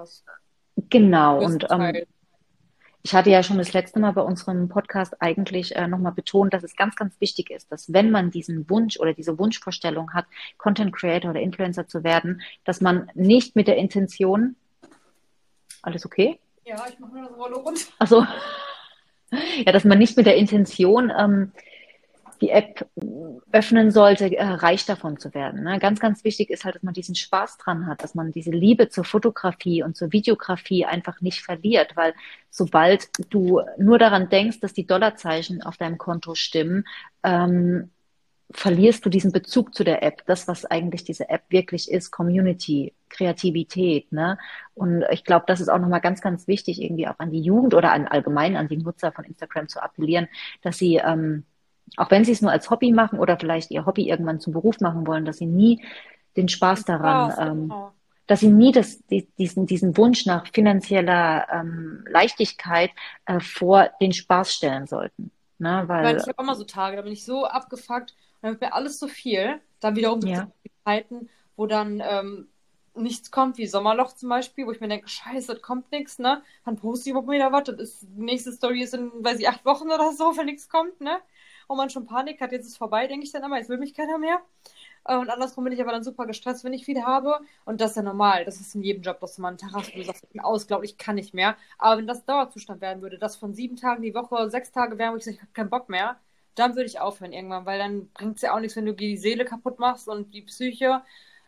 genau und ich hatte ja schon das letzte Mal bei unserem Podcast eigentlich nochmal betont, dass es ganz, ganz wichtig ist, dass wenn man diesen Wunsch oder diese Wunschvorstellung hat, Content Creator oder Influencer zu werden, dass man nicht mit der Intention, alles okay? Ja, ich mache nur das Rollo runter. Also, ja, dass man nicht mit der Intention die App öffnen sollte, reich davon zu werden. Ne? Ganz, ganz wichtig ist halt, dass man diesen Spaß dran hat, dass man diese Liebe zur Fotografie und zur Videografie einfach nicht verliert, weil sobald du nur daran denkst, dass die Dollarzeichen auf deinem Konto stimmen, verlierst du diesen Bezug zu der App, das, was eigentlich diese App wirklich ist, Community, Kreativität, ne? Und ich glaube, das ist auch nochmal ganz, ganz wichtig, irgendwie auch an die Jugend oder allgemein an die Nutzer von Instagram zu appellieren, dass sie auch wenn sie es nur als Hobby machen oder vielleicht ihr Hobby irgendwann zum Beruf machen wollen, dass sie nie den Spaß daran, dass sie nie diesen Wunsch nach finanzieller Leichtigkeit vor den Spaß stellen sollten. Ne? Ich meine, Weil, ich habe auch mal so Tage, da bin ich so abgefuckt und dann wird mir alles zu viel. Dann wiederum gibt es ja, Zeiten, wo dann nichts kommt, wie Sommerloch zum Beispiel, wo ich mir denke, scheiße, das kommt nichts, ne? Dann poste ich überhaupt wieder was. Die nächste Story ist in, weiß ich, 8 Wochen oder so, wenn nichts kommt, ne? Und man schon Panik hat, jetzt ist vorbei, denke ich dann immer, jetzt will mich keiner mehr. Und andersrum bin ich aber dann super gestresst, wenn ich viel habe. Und das ist ja normal. Das ist in jedem Job, dass du mal einen Tag hast, wo du sagst, ich bin ausgelaugt, ich kann nicht mehr. Aber wenn das Dauerzustand werden würde, dass von 7 Tagen die Woche 6 Tage wären, wo ich sage, ich habe keinen Bock mehr, dann würde ich aufhören irgendwann, weil dann bringt es ja auch nichts, wenn du die Seele kaputt machst und die Psyche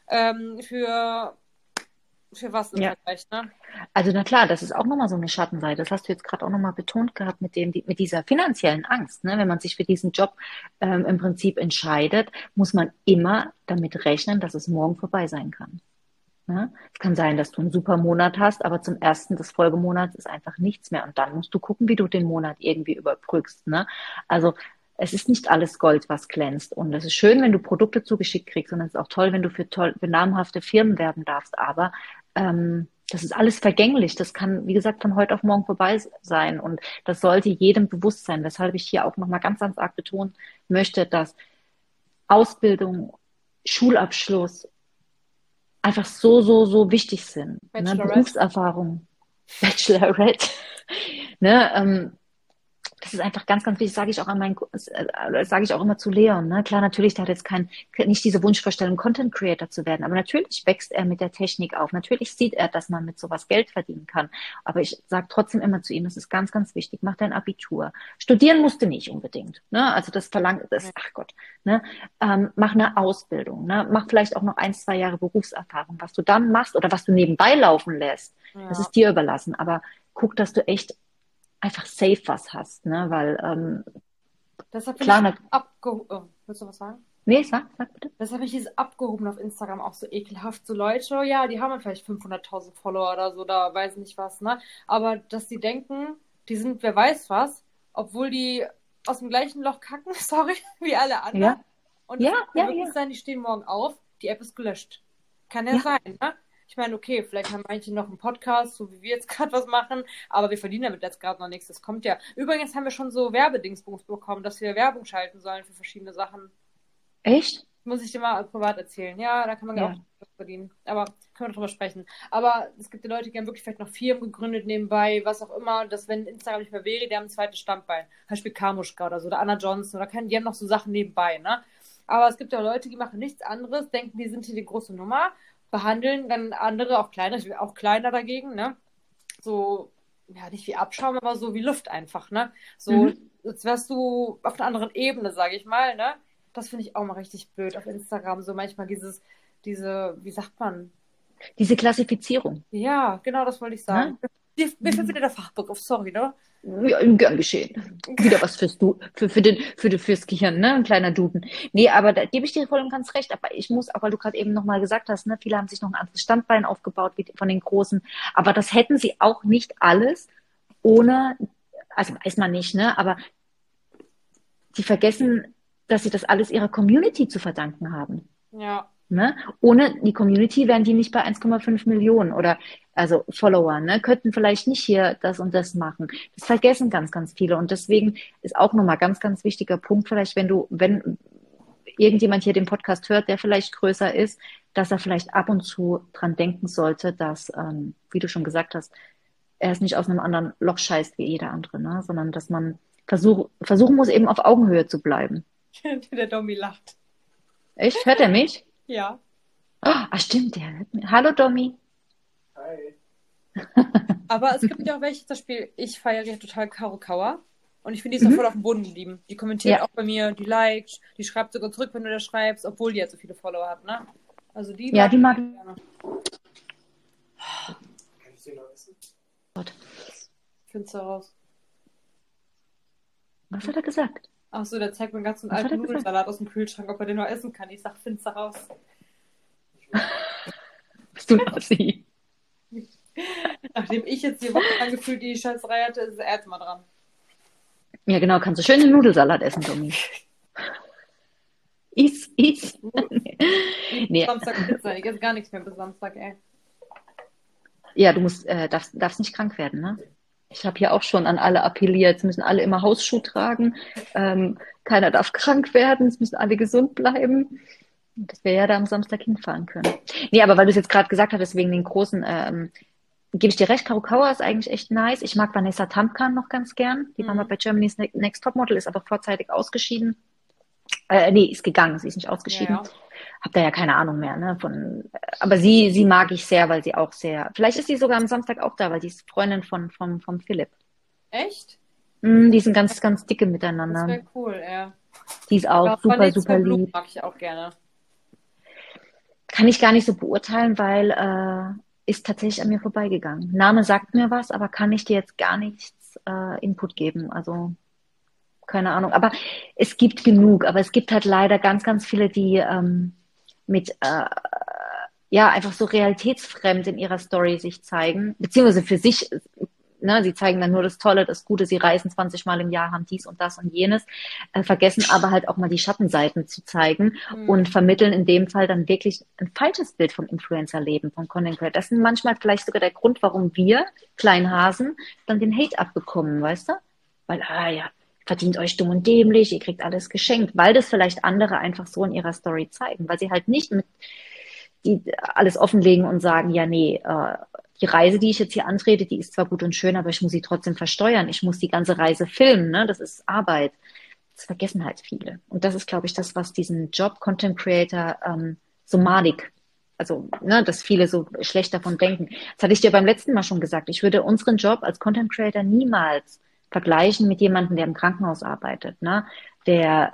für, für was im ja. Vergleich, ne? Also na klar, das ist auch nochmal so eine Schattenseite. Das hast du jetzt gerade auch nochmal betont gehabt mit dieser finanziellen Angst. Ne? Wenn man sich für diesen Job im Prinzip entscheidet, muss man immer damit rechnen, dass es morgen vorbei sein kann. Ne? Es kann sein, dass du einen super Monat hast, aber zum ersten des Folgemonats ist einfach nichts mehr. Und dann musst du gucken, wie du den Monat irgendwie überbrückst. Ne? Also es ist nicht alles Gold, was glänzt. Und es ist schön, wenn du Produkte zugeschickt kriegst. Und es ist auch toll, wenn du für namhafte Firmen werben darfst. Aber das ist alles vergänglich. Das kann, wie gesagt, von heute auf morgen vorbei sein. Und das sollte jedem bewusst sein, weshalb ich hier auch nochmal ganz, ganz arg betonen möchte, dass Ausbildung, Schulabschluss einfach so, so, so wichtig sind. Ne? Bachelorette. Berufserfahrung, Bachelorette. Ne? Das ist einfach ganz, ganz wichtig, sage ich auch immer zu Leon. Ne? Klar, natürlich, der hat jetzt nicht diese Wunschvorstellung, Content Creator zu werden, aber natürlich wächst er mit der Technik auf. Natürlich sieht er, dass man mit sowas Geld verdienen kann. Aber ich sage trotzdem immer zu ihm, das ist ganz, ganz wichtig, mach dein Abitur. Studieren musst du nicht unbedingt. Ne? Also das verlangt, ach Gott. Ne? Mach eine Ausbildung. Ne? Mach vielleicht auch noch 1, 2 Jahre Berufserfahrung. Was du dann machst oder was du nebenbei laufen lässt, das Ja. ist dir überlassen. Aber guck, dass du echt einfach safe was hast, ne? Weil Deshalb finde klar, ich abgehoben. Oh, willst du was sagen? nee, sag bitte. Deshalb finde ich dieses Abgehoben auf Instagram auch so ekelhaft. So Leute, ja, die haben halt vielleicht 500.000 Follower oder so, da weiß nicht was, ne? Aber dass die denken, die sind wer weiß was, obwohl die aus dem gleichen Loch kacken, sorry, wie alle anderen. Ja, Und es ja, kann ja ja, wirklich ja, sein, die stehen morgen auf, die App ist gelöscht. Kann ja ja. sein, ne? Ich meine, okay, vielleicht haben manche noch einen Podcast, so wie wir jetzt gerade was machen, aber wir verdienen damit jetzt gerade noch nichts. Das kommt ja. Übrigens haben wir schon so Werbedingsbums bekommen, dass wir Werbung schalten sollen für verschiedene Sachen. Echt? Muss ich dir mal privat erzählen. Ja, da kann man ja auch Ja. was verdienen. Aber können wir drüber sprechen. Aber es gibt die Leute, die haben wirklich vielleicht noch Firmen gegründet nebenbei, was auch immer, dass wenn Instagram nicht mehr wäre, die haben ein zweites Standbein. Zum Beispiel Kamuschka oder so, oder Anna Johnson, die haben noch so Sachen nebenbei, ne? Aber es gibt ja Leute, die machen nichts anderes, denken, die sind hier die große Nummer, behandeln dann andere, auch kleiner, ich bin auch kleiner dagegen, ne? So, ja, nicht wie Abschaum, aber so wie Luft einfach, ne? So, Mhm. als wärst du auf einer anderen Ebene, sage ich mal, ne? Das finde ich auch mal richtig blöd auf Instagram. So manchmal wie sagt man? Diese Klassifizierung. Ja, genau das wollte ich sagen. Ne? Mir fällt wieder der Fachbegriff, sorry, ne? Ja, gern geschehen. Wieder was fürs Gehirn, ne? Ein kleiner Duden. Nee, aber da gebe ich dir voll und ganz recht. Aber ich muss, auch weil du gerade eben nochmal gesagt hast, ne, viele haben sich noch ein anderes Standbein aufgebaut wie von den Großen. Aber das hätten sie auch nicht alles ohne, also weiß man nicht, ne? Aber die vergessen, dass sie das alles ihrer Community zu verdanken haben. Ja, Ne? Ohne die Community wären die nicht bei 1,5 Millionen oder also Follower, ne? Könnten vielleicht nicht hier das und das machen. Das vergessen ganz, ganz viele. Und deswegen ist auch nochmal ganz, ganz wichtiger Punkt, vielleicht, wenn irgendjemand hier den Podcast hört, der vielleicht größer ist, dass er vielleicht ab und zu dran denken sollte, dass, wie du schon gesagt hast, er ist nicht aus einem anderen Loch scheißt wie jeder andere, ne? Sondern dass man versuchen muss, eben auf Augenhöhe zu bleiben. der Domi lacht. Echt? Hört er mich? Ja. Ah, stimmt, der hört mich. Hallo, Domi. Aber es gibt ja auch welche, zum Beispiel, ich feiere ja total Caro Kauer. Und ich finde, die ist auch voll auf dem Boden geblieben. Die kommentiert Ja, auch bei mir, die liked, die schreibt sogar zurück, wenn du das schreibst, obwohl die jetzt so viele Follower hat, ne? Also die ja, mag die ich mag gerne. Kann ich den noch essen? Gott. Findest du raus. Was hat er gesagt? Ach so, der zeigt mir einen ganzen Was hat alten er gesagt? Nudelsalat aus dem Kühlschrank, ob er den noch essen kann. Ich sag, findest du raus. Bist du ein Assi? Nachdem ich jetzt die Woche angefühlt die Scheißerei hatte, ist er jetzt mal dran. Ja, genau, kannst du schön den Nudelsalat essen, Domi. Iss. Nee, Samstag Pizza, ich esse gar nichts mehr bis Samstag, ey. ja, du darfst nicht krank werden, ne? Ich habe hier auch schon an alle appelliert. Es müssen alle immer Hausschuh tragen. Keiner darf krank werden. Es müssen alle gesund bleiben. Dass wir ja da am Samstag hinfahren können. Nee, aber weil du es jetzt gerade gesagt hattest, wegen den großen, gebe ich dir recht, Karukawa ist eigentlich echt nice. Ich mag Vanessa Tamkan noch ganz gern. Die war mal bei Germany's Next Topmodel, ist aber vorzeitig ausgeschieden. Nee, ist gegangen, sie ist nicht ausgeschieden. Ja. Hab da ja keine Ahnung mehr, ne? Aber sie mag ich sehr, weil sie auch sehr. Vielleicht ist sie sogar am Samstag auch da, weil die ist Freundin von Philipp. Echt? Die sind ganz, ganz dicke Das miteinander. wäre cool, ja. Die ist auch Ja, super, Vanessa super Blum lieb. mag ich auch gerne. Kann ich gar nicht so beurteilen, weil ist tatsächlich an mir vorbeigegangen. Name sagt mir was, aber kann ich dir jetzt gar nichts Input geben. Also keine Ahnung. Aber es gibt genug. Aber es gibt halt leider ganz, ganz viele, die mit ja einfach so realitätsfremd in ihrer Story sich zeigen, beziehungsweise für sich. Ne, sie zeigen dann nur das Tolle, das Gute, sie reisen 20 Mal im Jahr, haben dies und das und jenes, vergessen aber halt auch mal die Schattenseiten zu zeigen und vermitteln in dem Fall dann wirklich ein falsches Bild vom Influencer-Leben, vom Content Creator. Das ist manchmal vielleicht sogar der Grund, warum wir, Kleinhasen, dann den Hate abbekommen, weißt du? Weil, ja, verdient euch dumm und dämlich, ihr kriegt alles geschenkt, weil das vielleicht andere einfach so in ihrer Story zeigen, weil sie halt nicht mit die alles offenlegen und sagen, ja, nee, die Reise, die ich jetzt hier antrete, die ist zwar gut und schön, aber ich muss sie trotzdem versteuern. Ich muss die ganze Reise filmen, ne? Das ist Arbeit. Das vergessen halt viele. Und das ist, glaube ich, das, was diesen Job Content Creator so madig, also, ne, dass viele so schlecht davon denken. Das hatte ich dir beim letzten Mal schon gesagt. Ich würde unseren Job als Content Creator niemals vergleichen mit jemandem, der im Krankenhaus arbeitet, ne? Der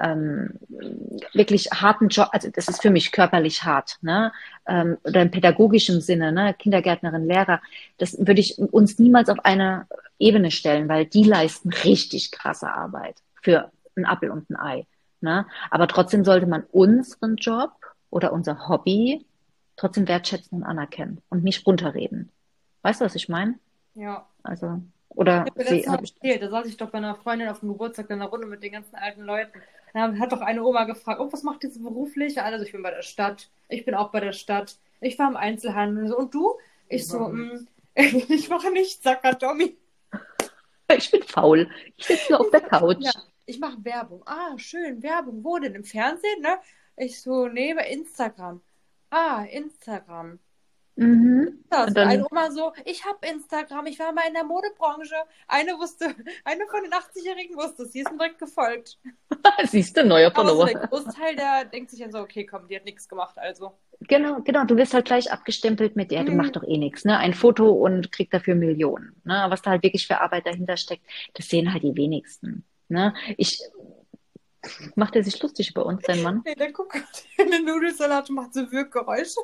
wirklich harten Job, also das ist für mich körperlich hart, ne? Oder im pädagogischen Sinne, ne? Kindergärtnerin, Lehrer, das würde ich uns niemals auf eine Ebene stellen, weil die leisten richtig krasse Arbeit für ein Apfel und ein Ei, ne? Aber trotzdem sollte man unseren Job oder unser Hobby trotzdem wertschätzen und anerkennen und nicht runterreden. Weißt du, was ich meine? Ja. Also, oder Ich habe sie letztes Mal habe ich. erzählt, da saß ich doch bei einer Freundin auf dem Geburtstag in einer Runde mit den ganzen alten Leuten. Da hat doch eine Oma gefragt, oh, was macht ihr so beruflich? Also ich bin bei der Stadt, ich bin auch bei der Stadt, ich war im Einzelhandel. So, und du? Ich so, ich mache nichts, sagt grad Tommy. Ich bin faul. Ich sitze nur auf der Couch. Ja, ich mache Werbung. Ah, schön, Werbung. Wo denn? Im Fernsehen, ne? Ich so, nee, bei Instagram. Ah, Instagram. Mhm. Das. Und Und eine dann Oma so, ich habe Instagram, ich war mal in der Modebranche. Eine wusste, eine von den 80-Jährigen wusste es, sie ist mir direkt gefolgt. siehst du, neuer Aber so Follower. der Großteil, der denkt sich dann so, okay, komm, die hat nichts gemacht, also. Genau, genau. Du wirst halt gleich abgestempelt mit, ja, du machst doch eh nichts, ne? Ein Foto und kriegst dafür Millionen. Ne? Was da halt wirklich für Arbeit dahinter steckt, das sehen halt die wenigsten. Ne? Macht er sich lustig über uns, dein Mann? Nee, der guckt gerade in den Nudelsalat und macht so Wirkgeräusche.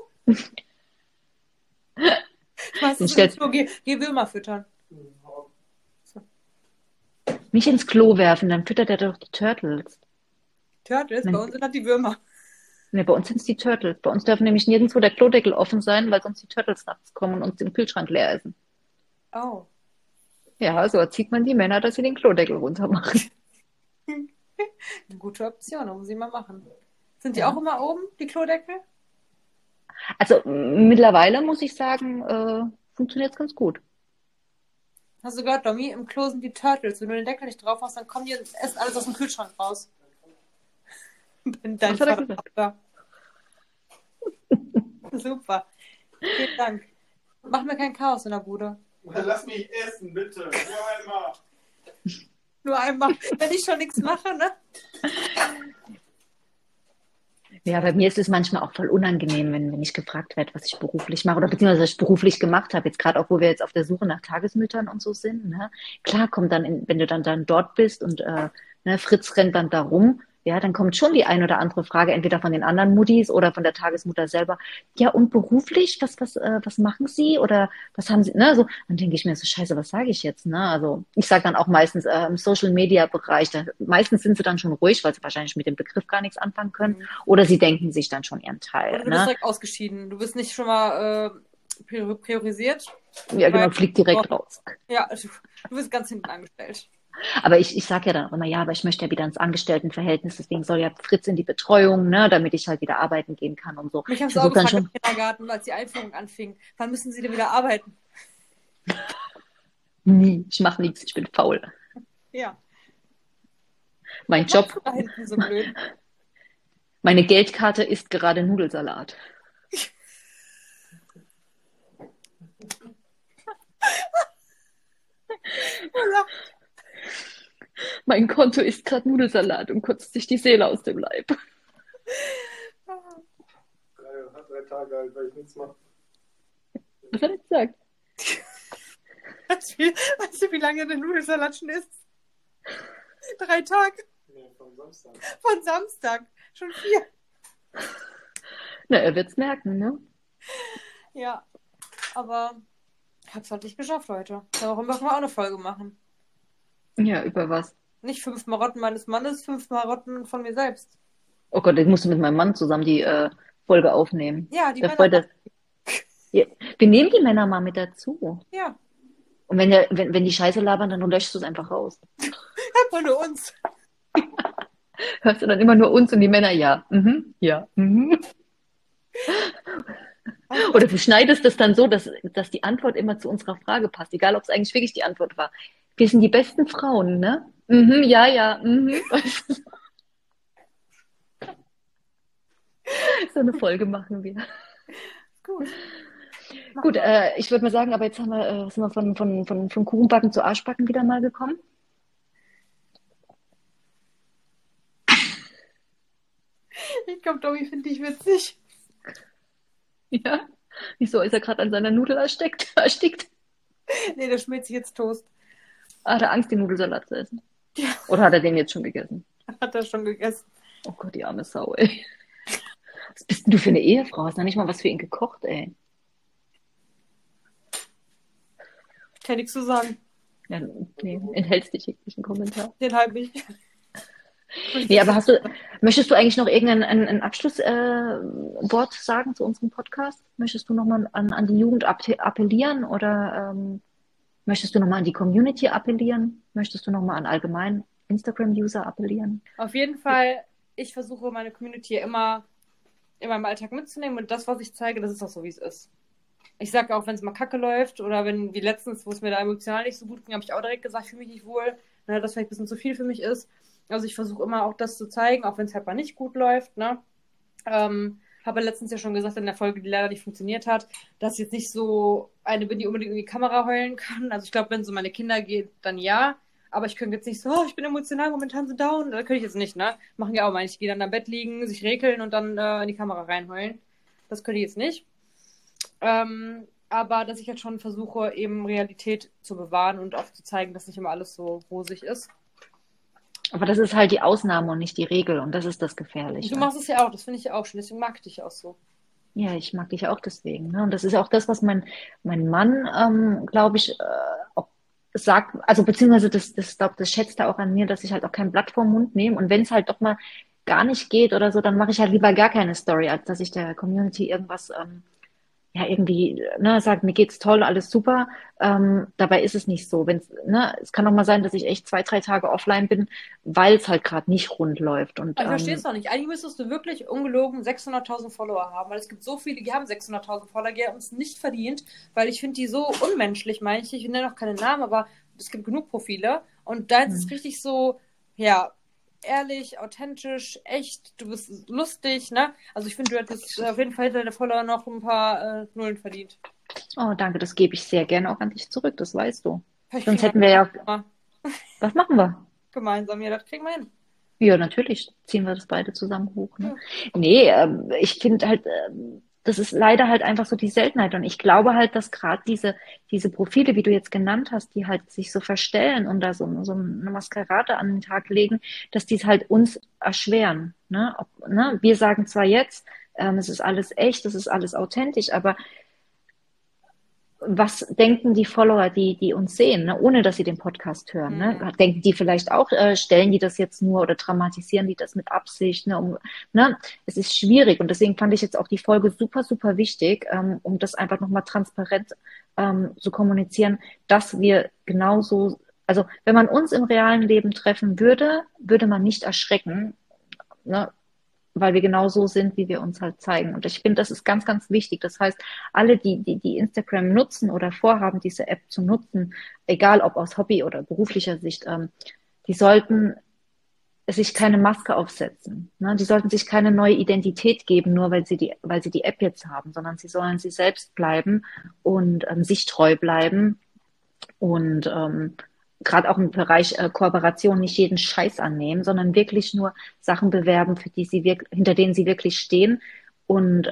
Ich weiß, Den das ist stellt so, geh Würmer füttern. So. nicht ins Klo werfen, dann füttert er doch die Turtles. Turtles, bei Wenn, uns sind das die Würmer. ne, bei uns sind es die Turtles. Bei uns dürfen nämlich nirgendwo der Klodeckel offen sein, weil sonst die Turtles nachts kommen und uns den Kühlschrank leer essen. Oh. Ja, so erzieht man die Männer, dass sie den Klodeckel runter machen. Eine gute Option, muss ich mal machen. Sind die Ja. auch immer oben, die Klodeckel? Also mittlerweile muss ich sagen, funktioniert es ganz gut. Hast du gehört, Domi? Im Klo sind die Turtles. Wenn du den Deckel nicht drauf hast, dann kommen die und essen alles aus dem Kühlschrank raus. Dein Was hat er Vater gesagt? auch da. Super. Vielen Dank. Mach mir kein Chaos in der Bude. Lass mich essen, bitte. Nur einmal. Nur einmal, wenn ich schon nichts mache, ne? Ja, bei mir ist es manchmal auch voll unangenehm, wenn ich gefragt werde, was ich beruflich mache oder beziehungsweise was ich beruflich gemacht habe. Jetzt gerade auch, wo wir jetzt auf der Suche nach Tagesmüttern und so sind. Ne? Klar kommt dann, wenn du dann dort bist und ne, Fritz rennt dann da rum, ja, dann kommt schon die ein oder andere Frage, entweder von den anderen Muttis oder von der Tagesmutter selber. Ja, und beruflich, was machen Sie? Oder was haben Sie? Ne, so, dann denke ich mir so, scheiße, was sage ich jetzt? Ne? Also ich sage dann auch meistens im Social-Media-Bereich, meistens sind sie dann schon ruhig, weil sie wahrscheinlich mit dem Begriff gar nichts anfangen können. Oder sie denken sich dann schon ihren Teil. Oder du bist Ne? direkt ausgeschieden. Du bist nicht schon mal priorisiert. Ja, genau, Weil, fliegt direkt raus. ja, du bist ganz hinten angestellt. Aber ich sage ja dann auch immer, ja, aber ich möchte ja wieder ins Angestelltenverhältnis, deswegen soll ja Fritz in die Betreuung, ne, damit ich halt wieder arbeiten gehen kann und so. Mich haben Ich sie auch versuche dann gefragt schon, im Kindergarten, als die Einführung anfing. Wann müssen sie denn wieder arbeiten? Nie. Ich mache nichts, ich bin faul. Ja. Mein Was machst Job, du da hinten so blöd? meine Geldkarte ist gerade Nudelsalat. Mein Konto ist gerade Nudelsalat und kotzt sich die Seele aus dem Leib. 3 Tage alt, weil ich nichts mache. Was hat er gesagt? Weißt du, wie lange der Nudelsalat schon ist? 3 Tage. Nee, vom Samstag. Von Samstag. Schon 4. Na, er wird's merken, ne? Ja. Aber ich hab's halt nicht geschafft heute. Darum müssen wir auch eine Folge machen. Ja, über was? Nicht 5 Marotten meines Mannes, 5 Marotten von mir selbst. Oh Gott, ich musste mit meinem Mann zusammen die Folge aufnehmen. Ja, die Der Männer. ja, wir nehmen die Männer mal mit dazu. Ja. Und wenn die Scheiße labern, dann löschst du es einfach raus. Einfach nur uns. Hörst du dann immer nur uns und die Männer, ja. Mhm, ja. Mhm. Oder du schneidest es dann so, dass die Antwort immer zu unserer Frage passt, egal ob es eigentlich wirklich die Antwort war. Wir sind die besten Frauen, ne? Mhm, ja, ja. Mhm. So eine Folge machen wir. Gut. Gut, ich würde mal sagen, aber jetzt sind wir von Kuchenbacken zu Arschbacken wieder mal gekommen. Ich glaube, Dobby finde ich witzig. Ja. Wieso ist er gerade an seiner Nudel erstickt? Nee, der schmiert sich jetzt Toast. Hat er Angst, den Nudelsalat zu essen? Ja. Oder hat er den jetzt schon gegessen? Hat er schon gegessen. Oh Gott, die arme Sau, ey. Was bist denn du für eine Ehefrau? Hast noch nicht mal was für ihn gekocht, ey. Kann nichts zu sagen. Ja, nee, enthältst dich jeglichen Kommentar. Den halb ich. Nee, aber möchtest du eigentlich noch ein Abschlusswort sagen zu unserem Podcast? Möchtest du nochmal an die Jugend appellieren oder möchtest du nochmal an die Community appellieren? Möchtest du nochmal an allgemein Instagram-User appellieren? Auf jeden Fall, ich versuche meine Community immer in meinem Alltag mitzunehmen und das, was ich zeige, das ist auch so, wie es ist. Ich sage auch, wenn es mal kacke läuft oder wenn, wie letztens, wo es mir da emotional nicht so gut ging, habe ich auch direkt gesagt, ich fühle mich nicht wohl, ne, dass vielleicht ein bisschen zu viel für mich ist. Also ich versuche immer auch das zu zeigen, auch wenn es halt mal nicht gut läuft, ne. Habe letztens ja schon gesagt in der Folge, die leider nicht funktioniert hat, dass ich jetzt nicht so eine bin, die unbedingt in die Kamera heulen kann. Also ich glaube, wenn es um meine Kinder geht, dann ja. Aber ich könnte jetzt nicht so, ich bin emotional momentan so down. Das könnte ich jetzt nicht, ne? Machen ja auch manche, die dann am Bett liegen, sich rekeln und dann in die Kamera reinheulen. Das könnte ich jetzt nicht. Aber dass ich jetzt schon versuche, eben Realität zu bewahren und auch zu zeigen, dass nicht immer alles so rosig ist. Aber das ist halt die Ausnahme und nicht die Regel und das ist das Gefährliche. Du machst es ja auch, das finde ich auch schon, deswegen mag ich dich auch so. Ja, ich mag dich auch deswegen. Ne? Und das ist auch das, was mein Mann, glaube ich, auch sagt, also beziehungsweise das schätzt er auch an mir, dass ich halt auch kein Blatt vorm Mund nehme. Und wenn es halt doch mal gar nicht geht oder so, dann mache ich halt lieber gar keine Story, als dass ich der Community irgendwas irgendwie sagt, mir geht's toll, alles super. Dabei ist es nicht so. Es kann auch mal sein, dass ich echt 2, 3 Tage offline bin, weil es halt gerade nicht rund läuft. Und, Aber ich verstehe es doch nicht. Eigentlich müsstest du wirklich ungelogen 600.000 Follower haben, weil es gibt so viele, die haben 600.000 Follower, die haben es nicht verdient, weil ich finde die so unmenschlich, meine ich. Ich nenne noch keine Namen, aber es gibt genug Profile. Und da ist es richtig so, ja, ehrlich, authentisch, echt, du bist lustig, ne? Also ich finde, du hättest auf jeden Fall hinter der Follower noch ein paar Nullen verdient. Oh, danke, das gebe ich sehr gerne auch an dich zurück, das weißt du. Vielleicht Sonst kriegen hätten wir ja... mal Was machen wir? gemeinsam, ja, das kriegen wir hin. Ja, natürlich ziehen wir das beide zusammen hoch. Ne? Ja. Nee, ich finde halt, das ist leider halt einfach so die Seltenheit. Und ich glaube halt, dass gerade diese Profile, wie du jetzt genannt hast, die halt sich so verstellen und da so eine Maskerade an den Tag legen, dass die es halt uns erschweren. Ne? Wir sagen zwar jetzt, es ist alles echt, es ist alles authentisch, aber was denken die Follower, die uns sehen, ne? Ohne dass sie den Podcast hören? Ne? Denken die vielleicht auch, stellen die das jetzt nur oder dramatisieren die das mit Absicht? Ne? Es ist schwierig und deswegen fand ich jetzt auch die Folge super, super wichtig, um das einfach nochmal transparent zu kommunizieren, dass wir genauso, also wenn man uns im realen Leben treffen würde, würde man nicht erschrecken, ne? weil wir genau so sind, wie wir uns halt zeigen. Und ich finde, das ist ganz, ganz wichtig. Das heißt, alle, die Instagram nutzen oder vorhaben, diese App zu nutzen, egal ob aus Hobby- oder beruflicher Sicht, die sollten sich keine Maske aufsetzen. Ne? Die sollten sich keine neue Identität geben, nur weil sie die App jetzt haben, sondern sie sollen sie selbst bleiben und sich treu bleiben und gerade auch im Bereich Kooperation nicht jeden Scheiß annehmen, sondern wirklich nur Sachen bewerben, für die hinter denen sie wirklich stehen. Und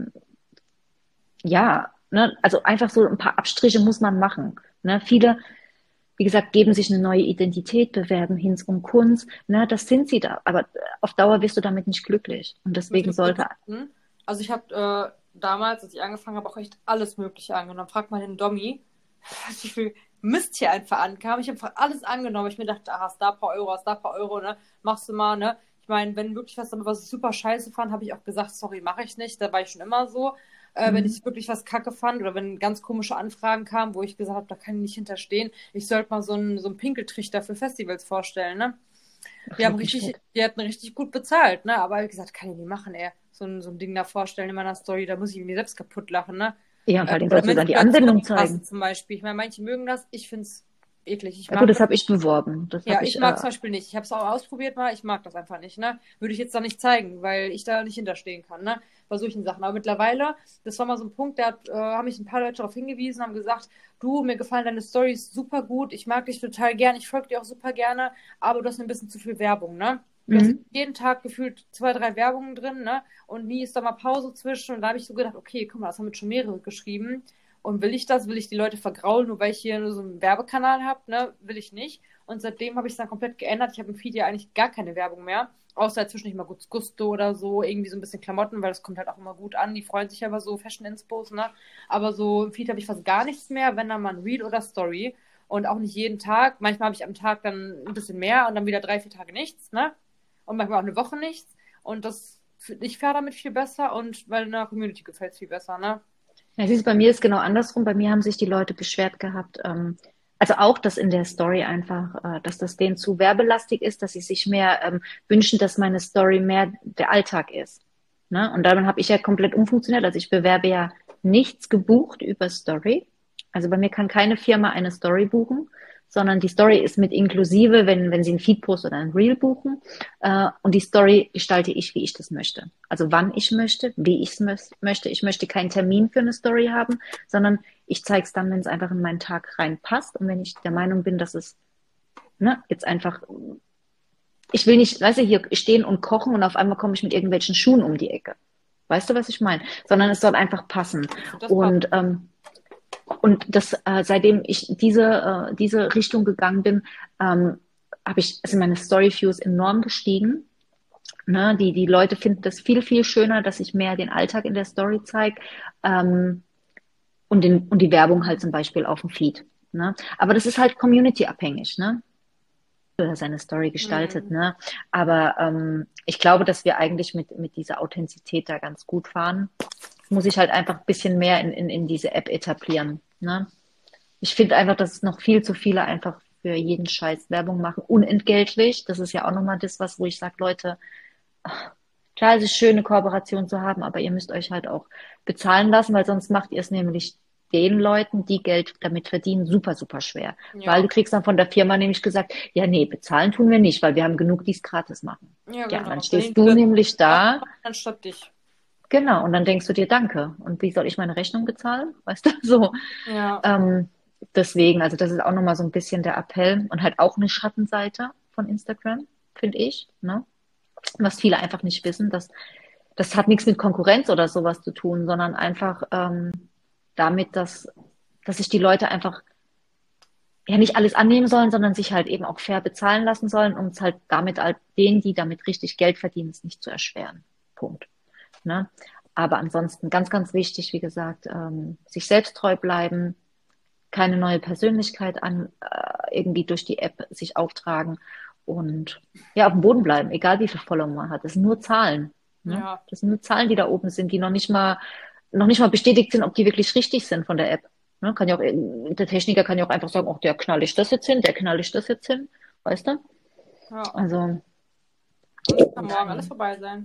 ja, ne, also einfach so ein paar Abstriche muss man machen. Ne? Viele, wie gesagt, geben sich eine neue Identität, bewerben Hinz und Kunz. Ne? Das sind sie da, aber auf Dauer wirst du damit nicht glücklich. Und deswegen sollte. Also ich habe damals, als ich angefangen habe, auch echt alles Mögliche angenommen. Frag mal den Dommi, wie viel Mist hier einfach ankam. Ich habe einfach alles angenommen. Ich mir dachte, hast da ein paar Euro, ne? Machst du mal, ne? Ich meine, wenn wirklich was ich super scheiße fand, habe ich auch gesagt, sorry, mache ich nicht. Da war ich schon immer so. Wenn ich wirklich was kacke fand oder wenn ganz komische Anfragen kamen, wo ich gesagt habe, da kann ich nicht hinterstehen, ich sollte mal so einen Pinkeltrichter für Festivals vorstellen, ne? Die hatten richtig gut bezahlt, ne? Aber wie gesagt, kann ich nicht machen, ey. So ein Ding da vorstellen in meiner Story, da muss ich mir selbst kaputt lachen, ne? Ja, und vor allem sollst du dann die Anwendung zeigen. Zum Beispiel. Ich meine, manche mögen das, ich finde es eklig. Ja, gut, das habe ich beworben. Ich mag zum Beispiel nicht. Ich habe es auch ausprobiert mal, ich mag das einfach nicht, ne? Würde ich jetzt da nicht zeigen, weil ich da nicht hinterstehen kann, ne? Bei solchen Sachen. Aber mittlerweile, das war mal so ein Punkt, da haben mich ein paar Leute darauf hingewiesen, haben gesagt, du, mir gefallen deine Storys super gut, ich mag dich total gern, ich folge dir auch super gerne, aber du hast ein bisschen zu viel Werbung, ne? Du hast jeden Tag gefühlt 2, 3 Werbungen drin, ne? Und nie ist da mal Pause zwischen. Und da habe ich so gedacht, okay, guck mal, das haben jetzt schon mehrere geschrieben. Und will ich das? Will ich die Leute vergraulen, nur weil ich hier nur so einen Werbekanal habe? Ne? Will ich nicht. Und seitdem habe ich es dann komplett geändert. Ich habe im Feed ja eigentlich gar keine Werbung mehr. Außer dazwischen nicht mal Gusto oder so. Irgendwie so ein bisschen Klamotten, weil das kommt halt auch immer gut an. Die freuen sich ja über so Fashion-Inspos, ne? Aber so im Feed habe ich fast gar nichts mehr, wenn dann mal ein Reel oder Story. Und auch nicht jeden Tag. Manchmal habe ich am Tag dann ein bisschen mehr und dann wieder 3, 4 Tage nichts, ne? Und manchmal auch eine Woche nichts. Und ich fahre damit viel besser und weil in der Community gefällt es viel besser, ne? Ja, siehst du, bei mir ist genau andersrum. Bei mir haben sich die Leute beschwert gehabt, also auch, dass in der Story einfach, dass das denen zu werbelastig ist, dass sie sich mehr wünschen, dass meine Story mehr der Alltag ist. Ne? Und dann habe ich ja komplett umfunktioniert. Also ich bewerbe ja nichts gebucht über Story. Also bei mir kann keine Firma eine Story buchen, sondern die Story ist mit inklusive, wenn sie einen Feedpost oder ein Reel buchen. Und die Story gestalte ich, wie ich das möchte. Also wann ich möchte, wie ich es möchte. Ich möchte keinen Termin für eine Story haben, sondern ich zeige es dann, wenn es einfach in meinen Tag reinpasst und wenn ich der Meinung bin, dass es jetzt einfach, ich will nicht, weißt du, hier stehen und kochen und auf einmal komme ich mit irgendwelchen Schuhen um die Ecke. Weißt du, was ich meine? Sondern es soll einfach passen. Und das, seitdem ich diese Richtung gegangen bin, sind meine Story-Views enorm gestiegen. Ne? Die Leute finden das viel, viel schöner, dass ich mehr den Alltag in der Story zeige und die Werbung halt zum Beispiel auf dem Feed. Ne? Aber das ist halt community-abhängig, ne? Oder seine Story gestaltet, ne? Aber ich glaube, dass wir eigentlich mit dieser Authentizität da ganz gut fahren. Muss ich halt einfach ein bisschen mehr in diese App etablieren. Ne? Ich finde einfach, dass es noch viel zu viele einfach für jeden Scheiß Werbung machen, unentgeltlich. Das ist ja auch nochmal das, wo ich sage, Leute, klar, es ist schön, eine Kooperation zu haben, aber ihr müsst euch halt auch bezahlen lassen, weil sonst macht ihr es nämlich den Leuten, die Geld damit verdienen, super, super schwer. Ja. Weil du kriegst dann von der Firma nämlich gesagt, ja, nee, bezahlen tun wir nicht, weil wir haben genug, die es gratis machen. Ja, genau. Dann stehst du nämlich da. Anstatt dich. Genau, und dann denkst du dir, danke. Und wie soll ich meine Rechnung bezahlen? Weißt du, so. Ja. Deswegen, also das ist auch nochmal so ein bisschen der Appell und halt auch eine Schattenseite von Instagram, finde ich, ne? Was viele einfach nicht wissen, das hat nichts mit Konkurrenz oder sowas zu tun, sondern einfach damit, dass sich die Leute einfach ja nicht alles annehmen sollen, sondern sich halt eben auch fair bezahlen lassen sollen, um es halt damit halt denen, die damit richtig Geld verdienen, es nicht zu erschweren. Punkt. Ne? Aber ansonsten ganz, ganz wichtig, wie gesagt, sich selbst treu bleiben, keine neue Persönlichkeit irgendwie durch die App sich auftragen und ja, auf dem Boden bleiben, egal wie viel Follower man hat. Das sind nur Zahlen. Ne? Ja. Das sind nur Zahlen, die da oben sind, die noch nicht mal bestätigt sind, ob die wirklich richtig sind von der App. Ne? Der Techniker kann ja auch einfach sagen, der knall ich das jetzt hin, der knall ich das jetzt hin. Weißt du? Ja. Also. Kann morgen alles vorbei sein.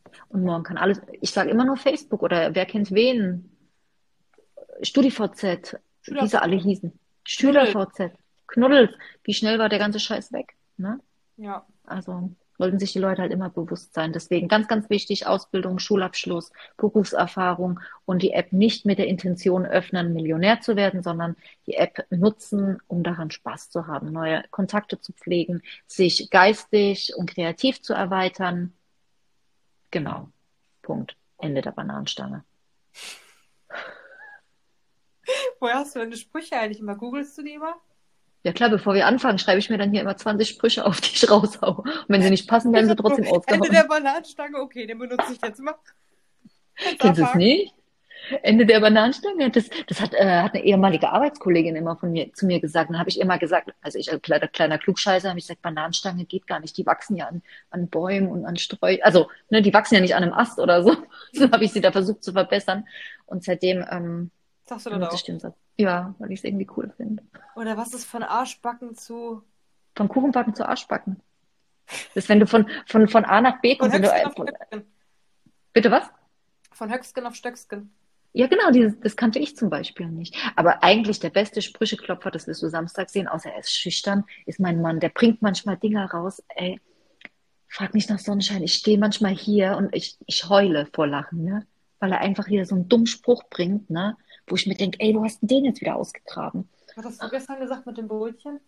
Und morgen kann alles, ich sage immer nur Facebook oder wer kennt wen, StudiVZ, wie sie alle hießen. Knuddel. SchülerVZ, Knuddels, wie schnell war der ganze Scheiß weg, ne? Ja. Also sollten sich die Leute halt immer bewusst sein. Deswegen ganz, ganz wichtig, Ausbildung, Schulabschluss, Berufserfahrung und die App nicht mit der Intention öffnen, Millionär zu werden, sondern die App nutzen, um daran Spaß zu haben, neue Kontakte zu pflegen, sich geistig und kreativ zu erweitern. Genau. Punkt. Ende der Bananenstange. Woher hast du deine Sprüche eigentlich immer? Googlest du die immer? Ja klar, bevor wir anfangen, schreibe ich mir dann hier immer 20 Sprüche auf, die ich raushaue. Und wenn sie nicht passen, werden sie trotzdem Ende ausgehauen. der Bananenstange, okay, den benutze ich jetzt immer. Kennst du es nicht? Ende der Bananenstange? Das hat eine ehemalige Arbeitskollegin immer zu mir gesagt. Dann habe ich immer gesagt, also ich als kleiner Klugscheißer, habe ich gesagt, Bananenstange geht gar nicht. Die wachsen ja an Bäumen und an Sträuchern. Also, ne, die wachsen ja nicht an einem Ast oder so. So habe ich sie da versucht zu verbessern. Und seitdem Sagst du das benutze auch? ich den Satz. Ja, weil ich es irgendwie cool finde. Oder was ist von Arschbacken zu... Von Kuchenbacken zu Arschbacken. Das ist, wenn du von A nach B Von kommst. Wenn du, Höcksken auf Stöcksken. bitte was? Von Höcksken auf Stöcksken. Ja, genau, das kannte ich zum Beispiel nicht. Aber eigentlich der beste Sprücheklopfer, das wirst du Samstag sehen, außer er ist schüchtern, ist mein Mann. Der bringt manchmal Dinger raus, ey, frag nicht nach Sonnenschein. Ich stehe manchmal hier und ich heule vor Lachen, ne? Weil er einfach hier so einen dummen Spruch bringt, ne? Wo ich mir denke, ey, wo hast du den jetzt wieder ausgegraben? Was hast du gestern gesagt mit dem Brötchen?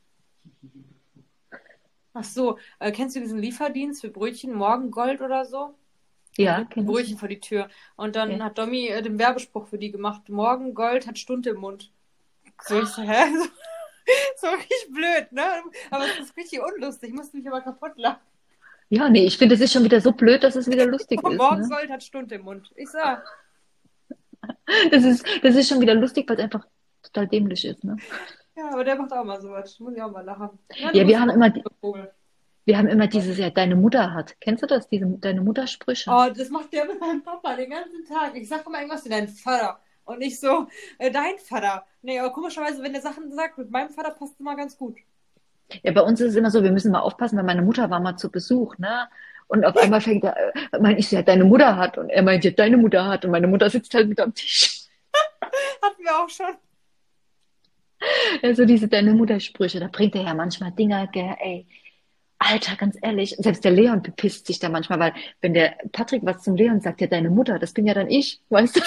Ach so, kennst du diesen Lieferdienst für Brötchen, Morgengold oder so? Ja, Ein kenn ich. Brötchen vor die Tür. Und dann Okay. hat Domi den Werbespruch für die gemacht. Morgengold hat Stunde im Mund. So, ich so, hä? So richtig blöd, ne? Aber es ist richtig unlustig. Ich musste mich aber kaputt lachen. Ja, nee, ich finde, es ist schon wieder so blöd, dass es wieder lustig ist, ne? Morgengold hat Stunde im Mund. Ich sag. Das ist schon wieder lustig, weil es einfach total dämlich ist, ne? Ja, aber der macht auch mal sowas. Muss ich auch mal lachen. Ja, wir haben immer dieses, ja, deine Mutter hat. Kennst du das, diese deine Mutter-Sprüche? Oh, das macht der mit meinem Papa den ganzen Tag. Ich sag immer irgendwas wie dein Vater. Und nicht so, dein Vater. Nee, aber komischerweise, wenn der Sachen sagt, mit meinem Vater passt es immer ganz gut. Ja, bei uns ist es immer so, wir müssen mal aufpassen, weil meine Mutter war mal zu Besuch, ne? Und auf einmal fängt er, meine ich, ja, deine Mutter hat. Und er meint, ja, deine Mutter hat. Und meine Mutter sitzt halt mit am Tisch. Hatten wir auch schon. Also diese deine Mutter-Sprüche, da bringt er ja manchmal Dinger, gell, ey. Alter, ganz ehrlich, selbst der Leon bepisst sich da manchmal, weil wenn der Patrick was zum Leon sagt, ja, deine Mutter, das bin ja dann ich, weißt du?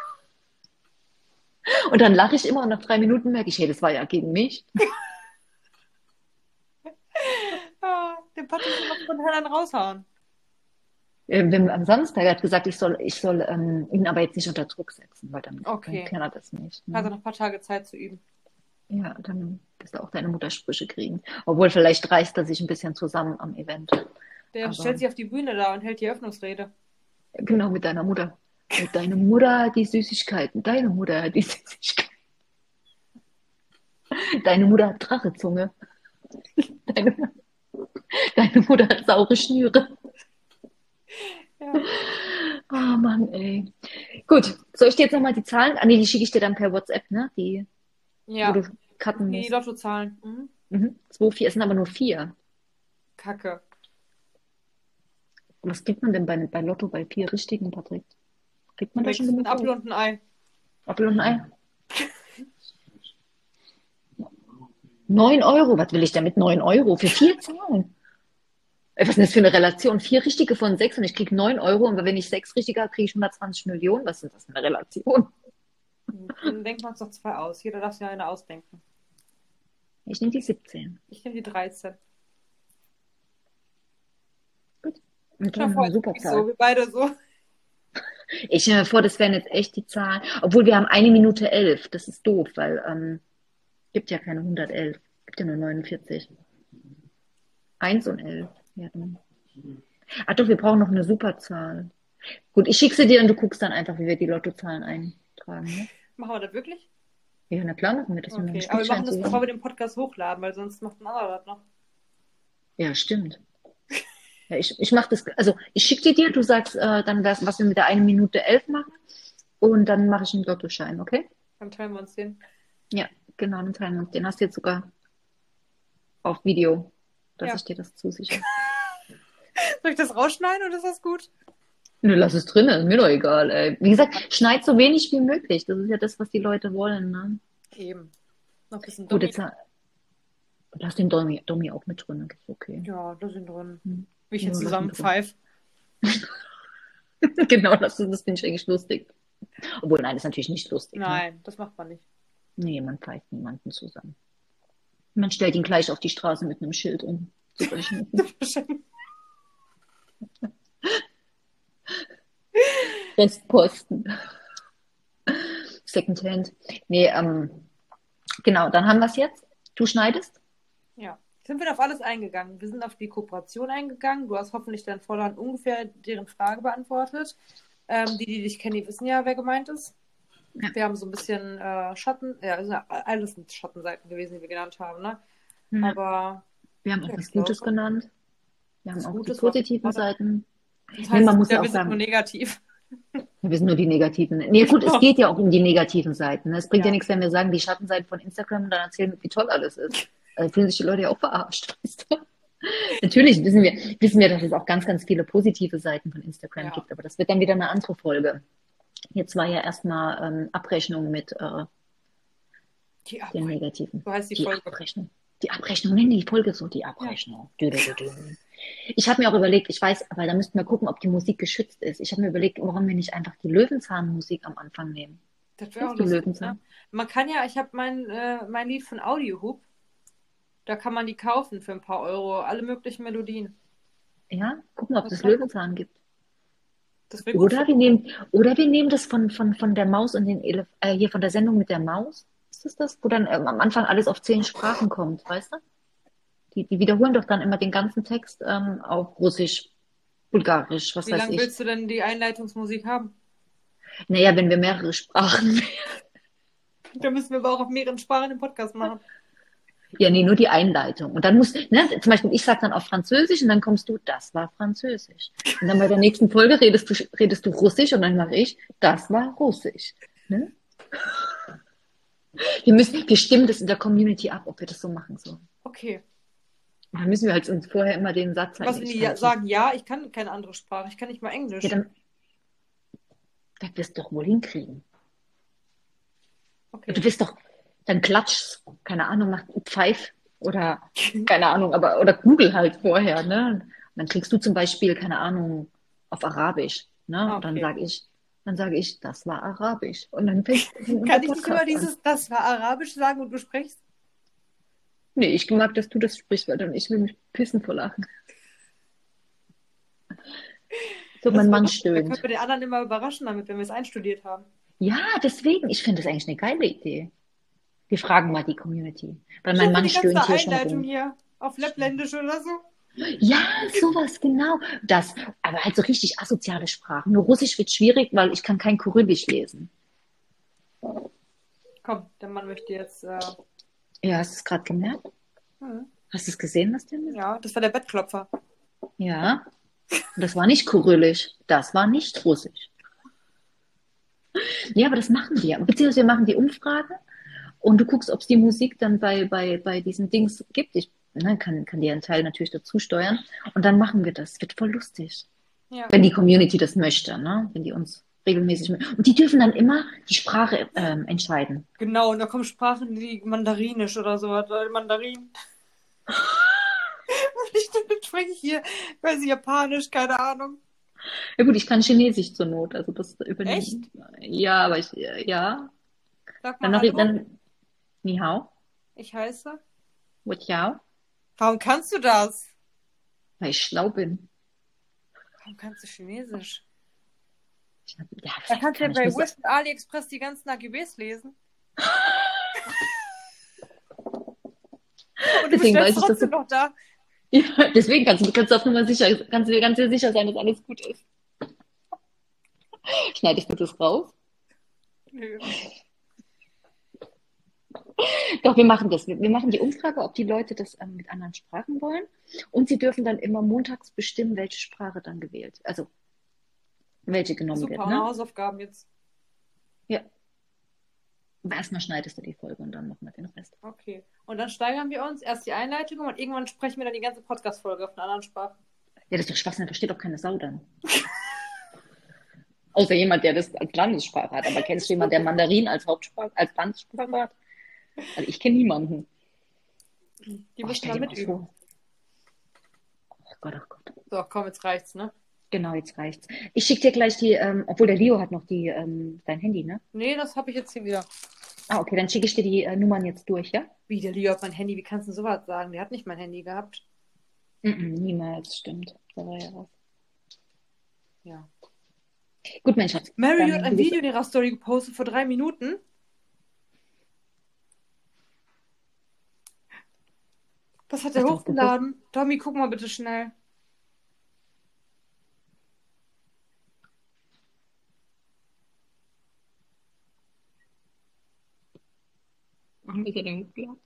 Und dann lache ich immer und nach 3 Minuten merke ich, hey, das war ja gegen mich. Ja, den Patrick will noch von Hellern raushauen. Am Samstag er hat gesagt, ich soll ihn aber jetzt nicht unter Druck setzen, weil dann Okay. kann er das nicht. Ne? Also noch ein paar Tage Zeit zu üben. Ja, dann wirst du auch deine Muttersprüche kriegen. Obwohl, vielleicht reißt er sich ein bisschen zusammen am Event. Der Aber- stellt sich auf die Bühne da und hält die Eröffnungsrede. Genau, mit deiner Mutter. Deine Mutter hat die Süßigkeiten. Deine Mutter hat die Süßigkeiten. Deine Mutter hat Drachezunge. Deine Mutter hat saure Schnüre. Ja. Oh Mann, ey. Gut, soll ich dir jetzt nochmal die Zahlen? Ah, nee, die schicke ich dir dann per WhatsApp, ne? Die, Ja, wo du cutten die musst. Lottozahlen. Mhm. 2, 4, es sind aber nur 4. Kacke. Was kriegt man denn bei Lotto bei 4 richtigen, Patrick? Kriegt man da schon Ein genug? Apfel und ein Ei. Apfel und ein Ei? 9 Euro, was will ich denn mit 9 Euro für 4 Zahlen? Was ist denn das für eine Relation? 4 richtige von 6 und ich kriege 9 Euro und wenn ich 6 richtige habe, kriege ich 120 Millionen. Was ist das für eine Relation? Dann denken wir uns doch 2 aus. Jeder darf sich eine ausdenken. Ich nehme die 17. Ich nehme die 13. Gut. Und Stell dann dir vor, eine super so, Zahl. wir beide so. Ich stelle mir vor, das wären jetzt echt die Zahlen. Obwohl wir haben 1 Minute 11. Das ist doof, weil gibt ja keine 111. Gibt ja nur 49. 1 und 11. Ja, dann. Ach doch, wir brauchen noch eine Superzahl. Gut, ich schicke sie dir und du guckst dann einfach, wie wir die Lottozahlen eintragen. Ne? Machen wir das wirklich? Ja, na klar machen wir das. Okay, aber wir machen das, bevor wir den Podcast hochladen, weil sonst macht ein anderer das noch. Ja, stimmt. Ja, ich mache das, also ich schicke dir, du sagst dann, was wir mit der 1 Minute 11 machen und dann mache ich einen Lottoschein, okay? Dann teilen wir uns den. Ja, genau, dann teilen wir uns. Den hast du jetzt sogar auf Video, dass Ja. ich dir das zusichere. Soll ich das rausschneiden oder ist das gut? Nö, lass es drin, ist mir doch egal, ey. Wie gesagt, schneid so wenig wie möglich. Das ist ja das, was die Leute wollen, ne? Eben. Noch ein bisschen Gut, Dummi. jetzt lass den Dummy auch mit drin, das ist okay. Ja, da sind drin. Hm. Wie ich Ja, jetzt lass ihn zusammen drin. pfeife. Genau, das finde ich eigentlich lustig. Obwohl, nein, das ist natürlich nicht lustig. Ne? Nein, das macht man nicht. Nee, man pfeift niemanden zusammen. Man stellt ihn gleich auf die Straße mit einem Schild um. Zu verschwinden. Restposten. Secondhand. Nee, genau, dann haben wir es jetzt. Du schneidest? Ja. Sind wir auf alles eingegangen? Wir sind auf die Kooperation eingegangen. Du hast hoffentlich dann vorher ungefähr deren Frage beantwortet. Die dich kennen, die wissen ja, wer gemeint ist. Ja. Wir haben so ein bisschen Schatten, ja, also alles sind Schattenseiten gewesen, die wir genannt haben, ne? Ja. Aber Wir haben auch ja, was ich glaube, Gutes genannt. Wir haben das auch Gute die positiven war- Seiten. das Nee, heißt, man muss ja, ja auch wir sind nur sagen, negativ. wir sind nur die negativen. Nee, gut, es geht ja auch um die negativen Seiten. Ne? Es bringt ja Ja. nichts, wenn wir sagen, die Schattenseiten von Instagram und dann erzählen, wie toll alles ist. Also fühlen sich die Leute ja auch verarscht. Weißt du? Natürlich wissen wir, dass es auch ganz, ganz viele positive Seiten von Instagram Ja. gibt, aber das wird dann wieder eine andere Folge. Jetzt war ja erstmal Abrechnung mit Die den Abrechnung. negativen. So heißt die Die Folge. Abrechnung. Die Abrechnung, nennen die Folge so, die Abrechnung. Dü, dü, dü, dü. Ich habe mir auch überlegt, ich weiß, aber da müssten wir gucken, ob die Musik geschützt ist. Ich habe mir überlegt, warum wir nicht einfach die Löwenzahn-Musik am Anfang nehmen. Das wäre auch Kennst du lustig. Löwenzahn? Ne? Man kann ja, ich habe mein Lied von Audiohoop. Da kann man die kaufen für ein paar Euro. Alle möglichen Melodien. Ja, gucken, ob Das es kann- Löwenzahn gibt. Das wäre gut. Oder wir nehmen das von der Maus und den hier von der Sendung mit der Maus. Ist das? Wo dann am Anfang alles auf 10 Sprachen kommt, weißt du? Die wiederholen doch dann immer den ganzen Text auf Russisch, Bulgarisch, was Wie weiß lange ich. willst du denn die Einleitungsmusik haben? Naja, wenn wir mehrere Sprachen. Da müssen wir aber auch auf mehreren Sprachen den Podcast machen. Ja, nee, nur die Einleitung. Und dann ne, zum Beispiel, ich sag dann auf Französisch und dann kommst du, das war Französisch. Und dann bei der nächsten Folge redest du Russisch und dann mache ich, das war Russisch. Ne? Wir stimmen das in der Community ab, ob wir das so machen sollen. Okay. Und dann müssen wir halt uns vorher immer den Satz Was, wenn die sagen, ja, ich kann keine andere Sprache, ich kann nicht mal Englisch. Ja, dann wirst du doch wohl hinkriegen. Okay. Du wirst doch, dann klatsch, keine Ahnung, mach Pfeif oder, keine Ahnung, oder Google halt vorher, ne? Und dann kriegst du zum Beispiel, keine Ahnung, auf Arabisch, ne? Und dann Okay. sage ich, das war Arabisch. Und dann fängt Kann ich nicht immer dieses, das war Arabisch sagen und du sprichst? Nee, ich mag, dass du das sprichst, weil dann ich will mich pissen vor Lachen. So, mein Mann Da stöhnt. können wir den anderen immer überraschen damit, wenn wir es einstudiert haben. Ja, deswegen, ich finde das eigentlich eine geile Idee. Wir fragen mal die Community. Weil mein Schon für Mann die stöhnt ganze hier schon Einleitung rum. hier auf Lappländisch oder so. Ja, sowas, genau. Das, aber halt so richtig asoziale Sprachen. Nur Russisch wird schwierig, weil ich kann kein Kyrillisch lesen. Komm, der Mann möchte jetzt. Ja, hast du es gerade gemerkt? Hast du es gesehen, was der macht? Ja, das war der Bettklopfer. Ja. Und das war nicht Kyrillisch. Das war nicht Russisch. Ja, aber das machen wir. Beziehungsweise wir machen die Umfrage und du guckst, ob es die Musik dann bei diesen Dings gibt. Ich kann dir einen Teil natürlich dazu steuern. Und dann machen wir das. Wird voll lustig. Ja. Wenn die Community das möchte, ne? Wenn die uns regelmäßig. Und die dürfen dann immer die Sprache entscheiden. Genau, und da kommen Sprachen wie Mandarinisch oder sowas. Mandarin. Ich spreche hier, ich weiß nicht, Japanisch, keine Ahnung. Ja gut, ich kann Chinesisch zur Not. Also das übernehmen. Echt? Ja, aber ja. Sag mal Dann hallo. dann Ni hao, Ich heiße. Wo Jiao, Warum kannst du das? weil ich schlau bin. Warum kannst du Chinesisch? Ja, Da kannst du ja ich bei muss- Wish und AliExpress die ganzen AGBs lesen. Und du Deswegen weiß bestellst ich, dass trotzdem du- noch da. Ja, deswegen kannst du auf Nummer sicher, kannst du dir ganz sicher sein, dass alles gut ist. Schneidest du das raus? Nö. Doch, wir machen das. Wir machen die Umfrage, ob die Leute das mit anderen Sprachen wollen. Und sie dürfen dann immer montags bestimmen, welche Sprache dann gewählt. Also, welche genommen Super, wird. ne? Ne? Hausaufgaben jetzt. Ja. Aber erstmal schneidest du die Folge und dann machen wir den Rest. Okay. Und dann steigern wir uns. Erst die Einleitung und irgendwann sprechen wir dann die ganze Podcast-Folge auf einer anderen Sprache. Ja, das ist doch Schwachsinn, da versteht doch keine Sau dann. Außer jemand, der das als Landessprache hat. Aber kennst du jemanden, der Mandarin als Hauptsprache, als Landessprache hat? Also ich kenne niemanden. Die müssen Stell da dir mal mitüben. vor. Ach Gott, ach Gott. So, komm, jetzt reicht's, ne? Genau, jetzt reicht's. Ich schicke dir gleich die, obwohl der Leo hat noch die, dein Handy, ne? Nee, das habe ich jetzt hier wieder. Ah, okay, dann schicke ich dir die Nummern jetzt durch, ja? Wie, der Leo hat mein Handy, wie kannst du sowas sagen? Der hat nicht mein Handy gehabt. Niemals, stimmt. Da war ja was. Ja. Gut, mein Schatz. Mary Dann hat ein du bist- Video in ihrer Story gepostet vor 3 Minuten. Was hat er Was hast du hochgeladen? Tommy, guck mal bitte schnell. Was hat er denn hochgeladen?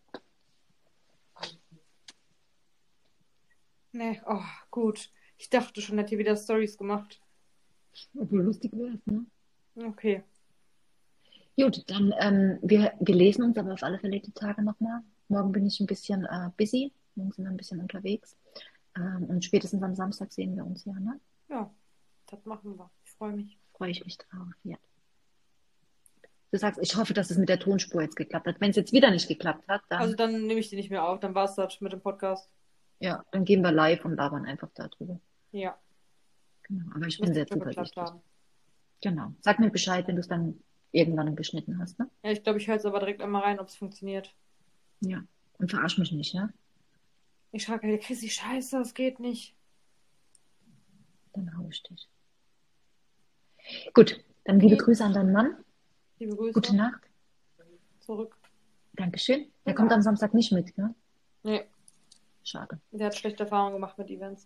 Nee, oh, gut. Ich dachte schon, er hat hier wieder Stories gemacht. Obwohl lustig wäre, ne? Okay. Gut, dann wir lesen uns aber auf alle Fälle die Tage nochmal. Morgen bin ich ein bisschen busy. Morgen sind wir ein bisschen unterwegs. Und spätestens am Samstag sehen wir uns ja, ne? Ja, das machen wir. Ich freue mich. Freue ich mich drauf, ja. Du sagst, ich hoffe, dass es mit der Tonspur jetzt geklappt hat. Wenn es jetzt wieder nicht geklappt hat, dann, Also dann nehme ich die nicht mehr auf. Dann war es das mit dem Podcast. ja, dann gehen wir live und labern einfach darüber. Ja, Genau, aber ich bin muss sehr nicht mehr geklappt zuversichtlich. haben. Genau. Sag mir Bescheid, wenn du es dann irgendwann geschnitten hast, ne? Ja, ich glaube, ich höre jetzt aber direkt einmal rein, ob es funktioniert. Ja. Und verarsch mich nicht, ja? Ich schreibe, hey, Chrissy, scheiße, das geht nicht. Dann hau ich dich. Gut, dann liebe Grüße an deinen Mann. Liebe Grüße. Gute Nacht. Zurück. Dankeschön. Der Ja. kommt am Samstag nicht mit, ne? Nee, Schade. der hat schlechte Erfahrungen gemacht mit Events.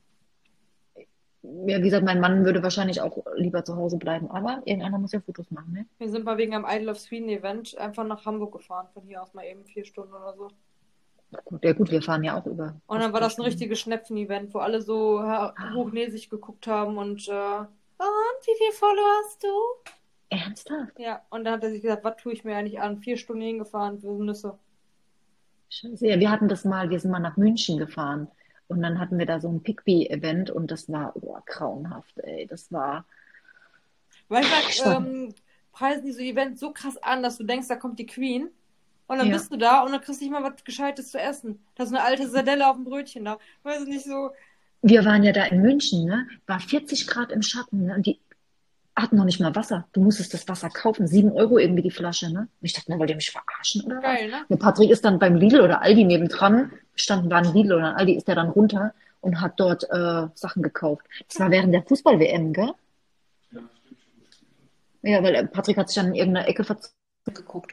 Ja, wie gesagt, mein Mann würde wahrscheinlich auch lieber zu Hause bleiben, aber irgendeiner muss ja Fotos machen, ne? Wir sind mal wegen einem Idol of Sweden Event einfach nach Hamburg gefahren. Von hier aus mal eben 4 Stunden oder so. Gut, ja gut, wir fahren ja auch über. Und dann war das ein richtiges Schnepfen-Event, wo alle so hochnäsig geguckt haben und wie viel Follower hast du? Ernsthaft? Ja, und dann hat er sich gesagt, was tue ich mir eigentlich an? 4 Stunden hingefahren für Nüsse. Scheiße. Ja, wir hatten das mal, wir sind mal nach München gefahren und dann hatten wir da so ein Pigby-Event und das war grauenhaft, ey. Das war. Manchmal preisen die so Events so krass an, dass du denkst, da kommt die Queen. Und dann Ja. bist du da und dann kriegst du nicht mal was Gescheites zu essen. Da ist eine alte Sardelle auf dem Brötchen da. Weiß ich nicht so. Wir waren ja da in München, ne? War 40 Grad im Schatten, ne? Und die hatten noch nicht mal Wasser. Du musstest das Wasser kaufen. 7 Euro irgendwie die Flasche, ne? Und ich dachte, na, wollt ihr mich verarschen oder was? Geil, ne? Und Patrick ist dann beim Lidl oder Aldi nebendran, war ein Lidl oder ein Aldi, ist der dann runter und hat dort Sachen gekauft. Das war während der Fußball-WM, gell? Ja, weil Patrick hat sich dann in irgendeiner Ecke geguckt.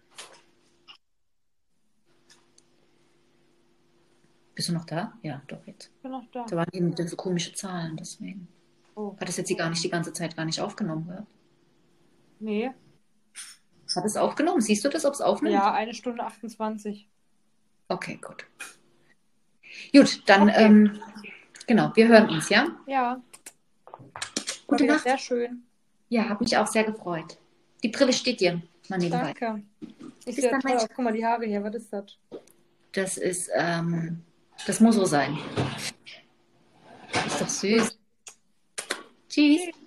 Bist du noch da? Ja, doch jetzt. Ich bin noch da. Da waren eben so komische Zahlen, deswegen. Oh. Hat es jetzt die ganze Zeit gar nicht aufgenommen, gell? Nee. Hat es aufgenommen? Siehst du das, ob es aufnimmt? Ja, 1 Stunde 28. Okay, gut. Gut, dann, Okay. genau, wir hören uns, ja? Ja. War Gute wieder Nacht. sehr schön. Ja, habe mich auch sehr gefreut. Die Brille steht dir, mal nebenbei. Danke. Ich Bis sehe dann, toll mein aus. Guck mal, die Haare hier. Was ist das? Das ist, das muss so sein. Ist doch süß. Tschüss.